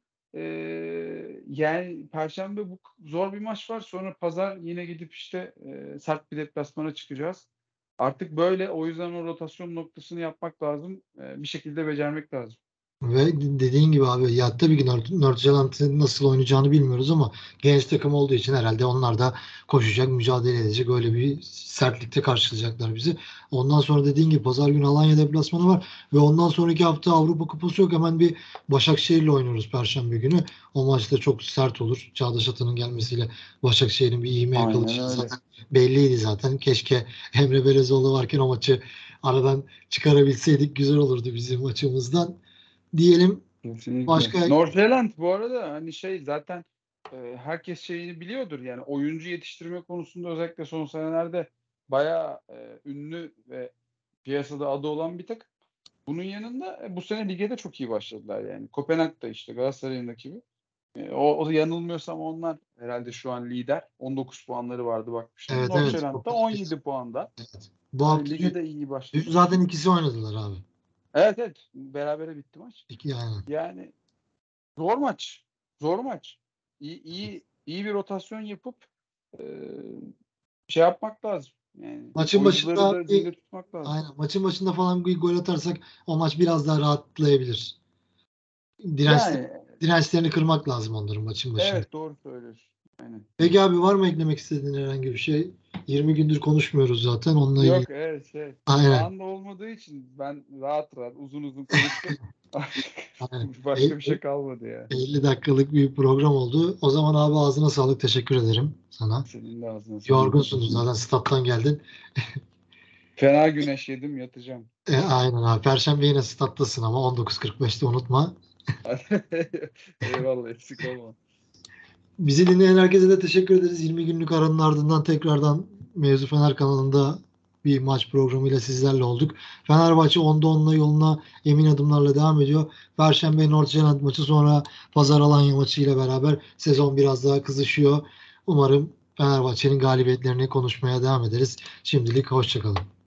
Yani Perşembe bu zor bir maç var. Sonra Pazar yine gidip işte sert bir deplasmana çıkacağız. Artık böyle. O yüzden o rotasyon noktasını yapmak lazım. Bir şekilde becermek lazım. Ve dediğin gibi abi ya tabii ki Nordsjælland'ın nasıl oynayacağını bilmiyoruz ama genç takım olduğu için herhalde onlar da koşacak, mücadele edecek. Öyle bir sertlikte karşılayacaklar bizi. Ondan sonra dediğin gibi pazar günü Alanya deplasmanı var ve ondan sonraki hafta Avrupa Kupası yok. Hemen bir Başakşehir'le oynuyoruz Perşembe günü. O maç da çok sert olur. Çağdaş Atan'ın gelmesiyle Başakşehir'in bir ivme Aynen yakalayacağı öyle. zaten belliydi zaten. Keşke Emre Belezoğlu varken o maçı aradan çıkarabilseydik güzel olurdu bizim maçımızdan diyelim. Kesinlikle. Başka Nordsjælland bu arada hani şey zaten herkes şeyini biliyordur. Yani oyuncu yetiştirme konusunda özellikle son senelerde bayağı ünlü ve piyasada adı olan bir takım. Bunun yanında bu sene lige de çok iyi başladılar yani. Kopenhag'da işte Galatasaray'ın rakibi. O yanılmıyorsam onlar herhalde şu an lider. 19 puanları vardı bakmıştım. evet evet. Nordsjælland da 17 puanda. Evet. Bu Yani hafta lige de iyi dün başladı. zaten ikisi oynadılar abi. Evet evet. Berabere bitti maç. İki yani. Yani zor maç. Zor maç. İyi bir rotasyon yapıp şey yapmak lazım. Yani Maçın oyuncuları başında da zinde tutmak lazım. aynen maçın başında falan bir gol atarsak o maç biraz daha rahatlayabilir. Direnç, Yani dirençlerini kırmak lazım onların maçın başında. evet doğru söylüyorsun. Aynen. Peki abi var mı eklemek istediğin herhangi bir şey? 20 gündür konuşmuyoruz zaten onunla ilgili. Yok evet evet. Aynen. Zamanında olmadığı için ben rahat rahat uzun uzun konuştum. Artık Aynen. başka bir şey kalmadı ya. 50 dakikalık bir program oldu. O zaman abi ağzına sağlık. Teşekkür ederim sana. Senin de ağzına sağlık. Yorgunsunuz zaten stat'tan geldin. Fena güneş yedim yatacağım. Aynen abi. Perşembe yine stat'tasın ama 19.45'te unutma. Eyvallah eksik olma. Bizi dinleyen herkese de teşekkür ederiz. 20 günlük aranın ardından tekrardan Mevzu Fener kanalında bir maç programıyla sizlerle olduk. Fenerbahçe 10'da 10'la yoluna emin adımlarla devam ediyor. Perşembe Nordsjælland maçı sonra Pazar Alanya maçı ile beraber sezon biraz daha kızışıyor. Umarım Fenerbahçe'nin galibiyetlerini konuşmaya devam ederiz. Şimdilik hoşçakalın.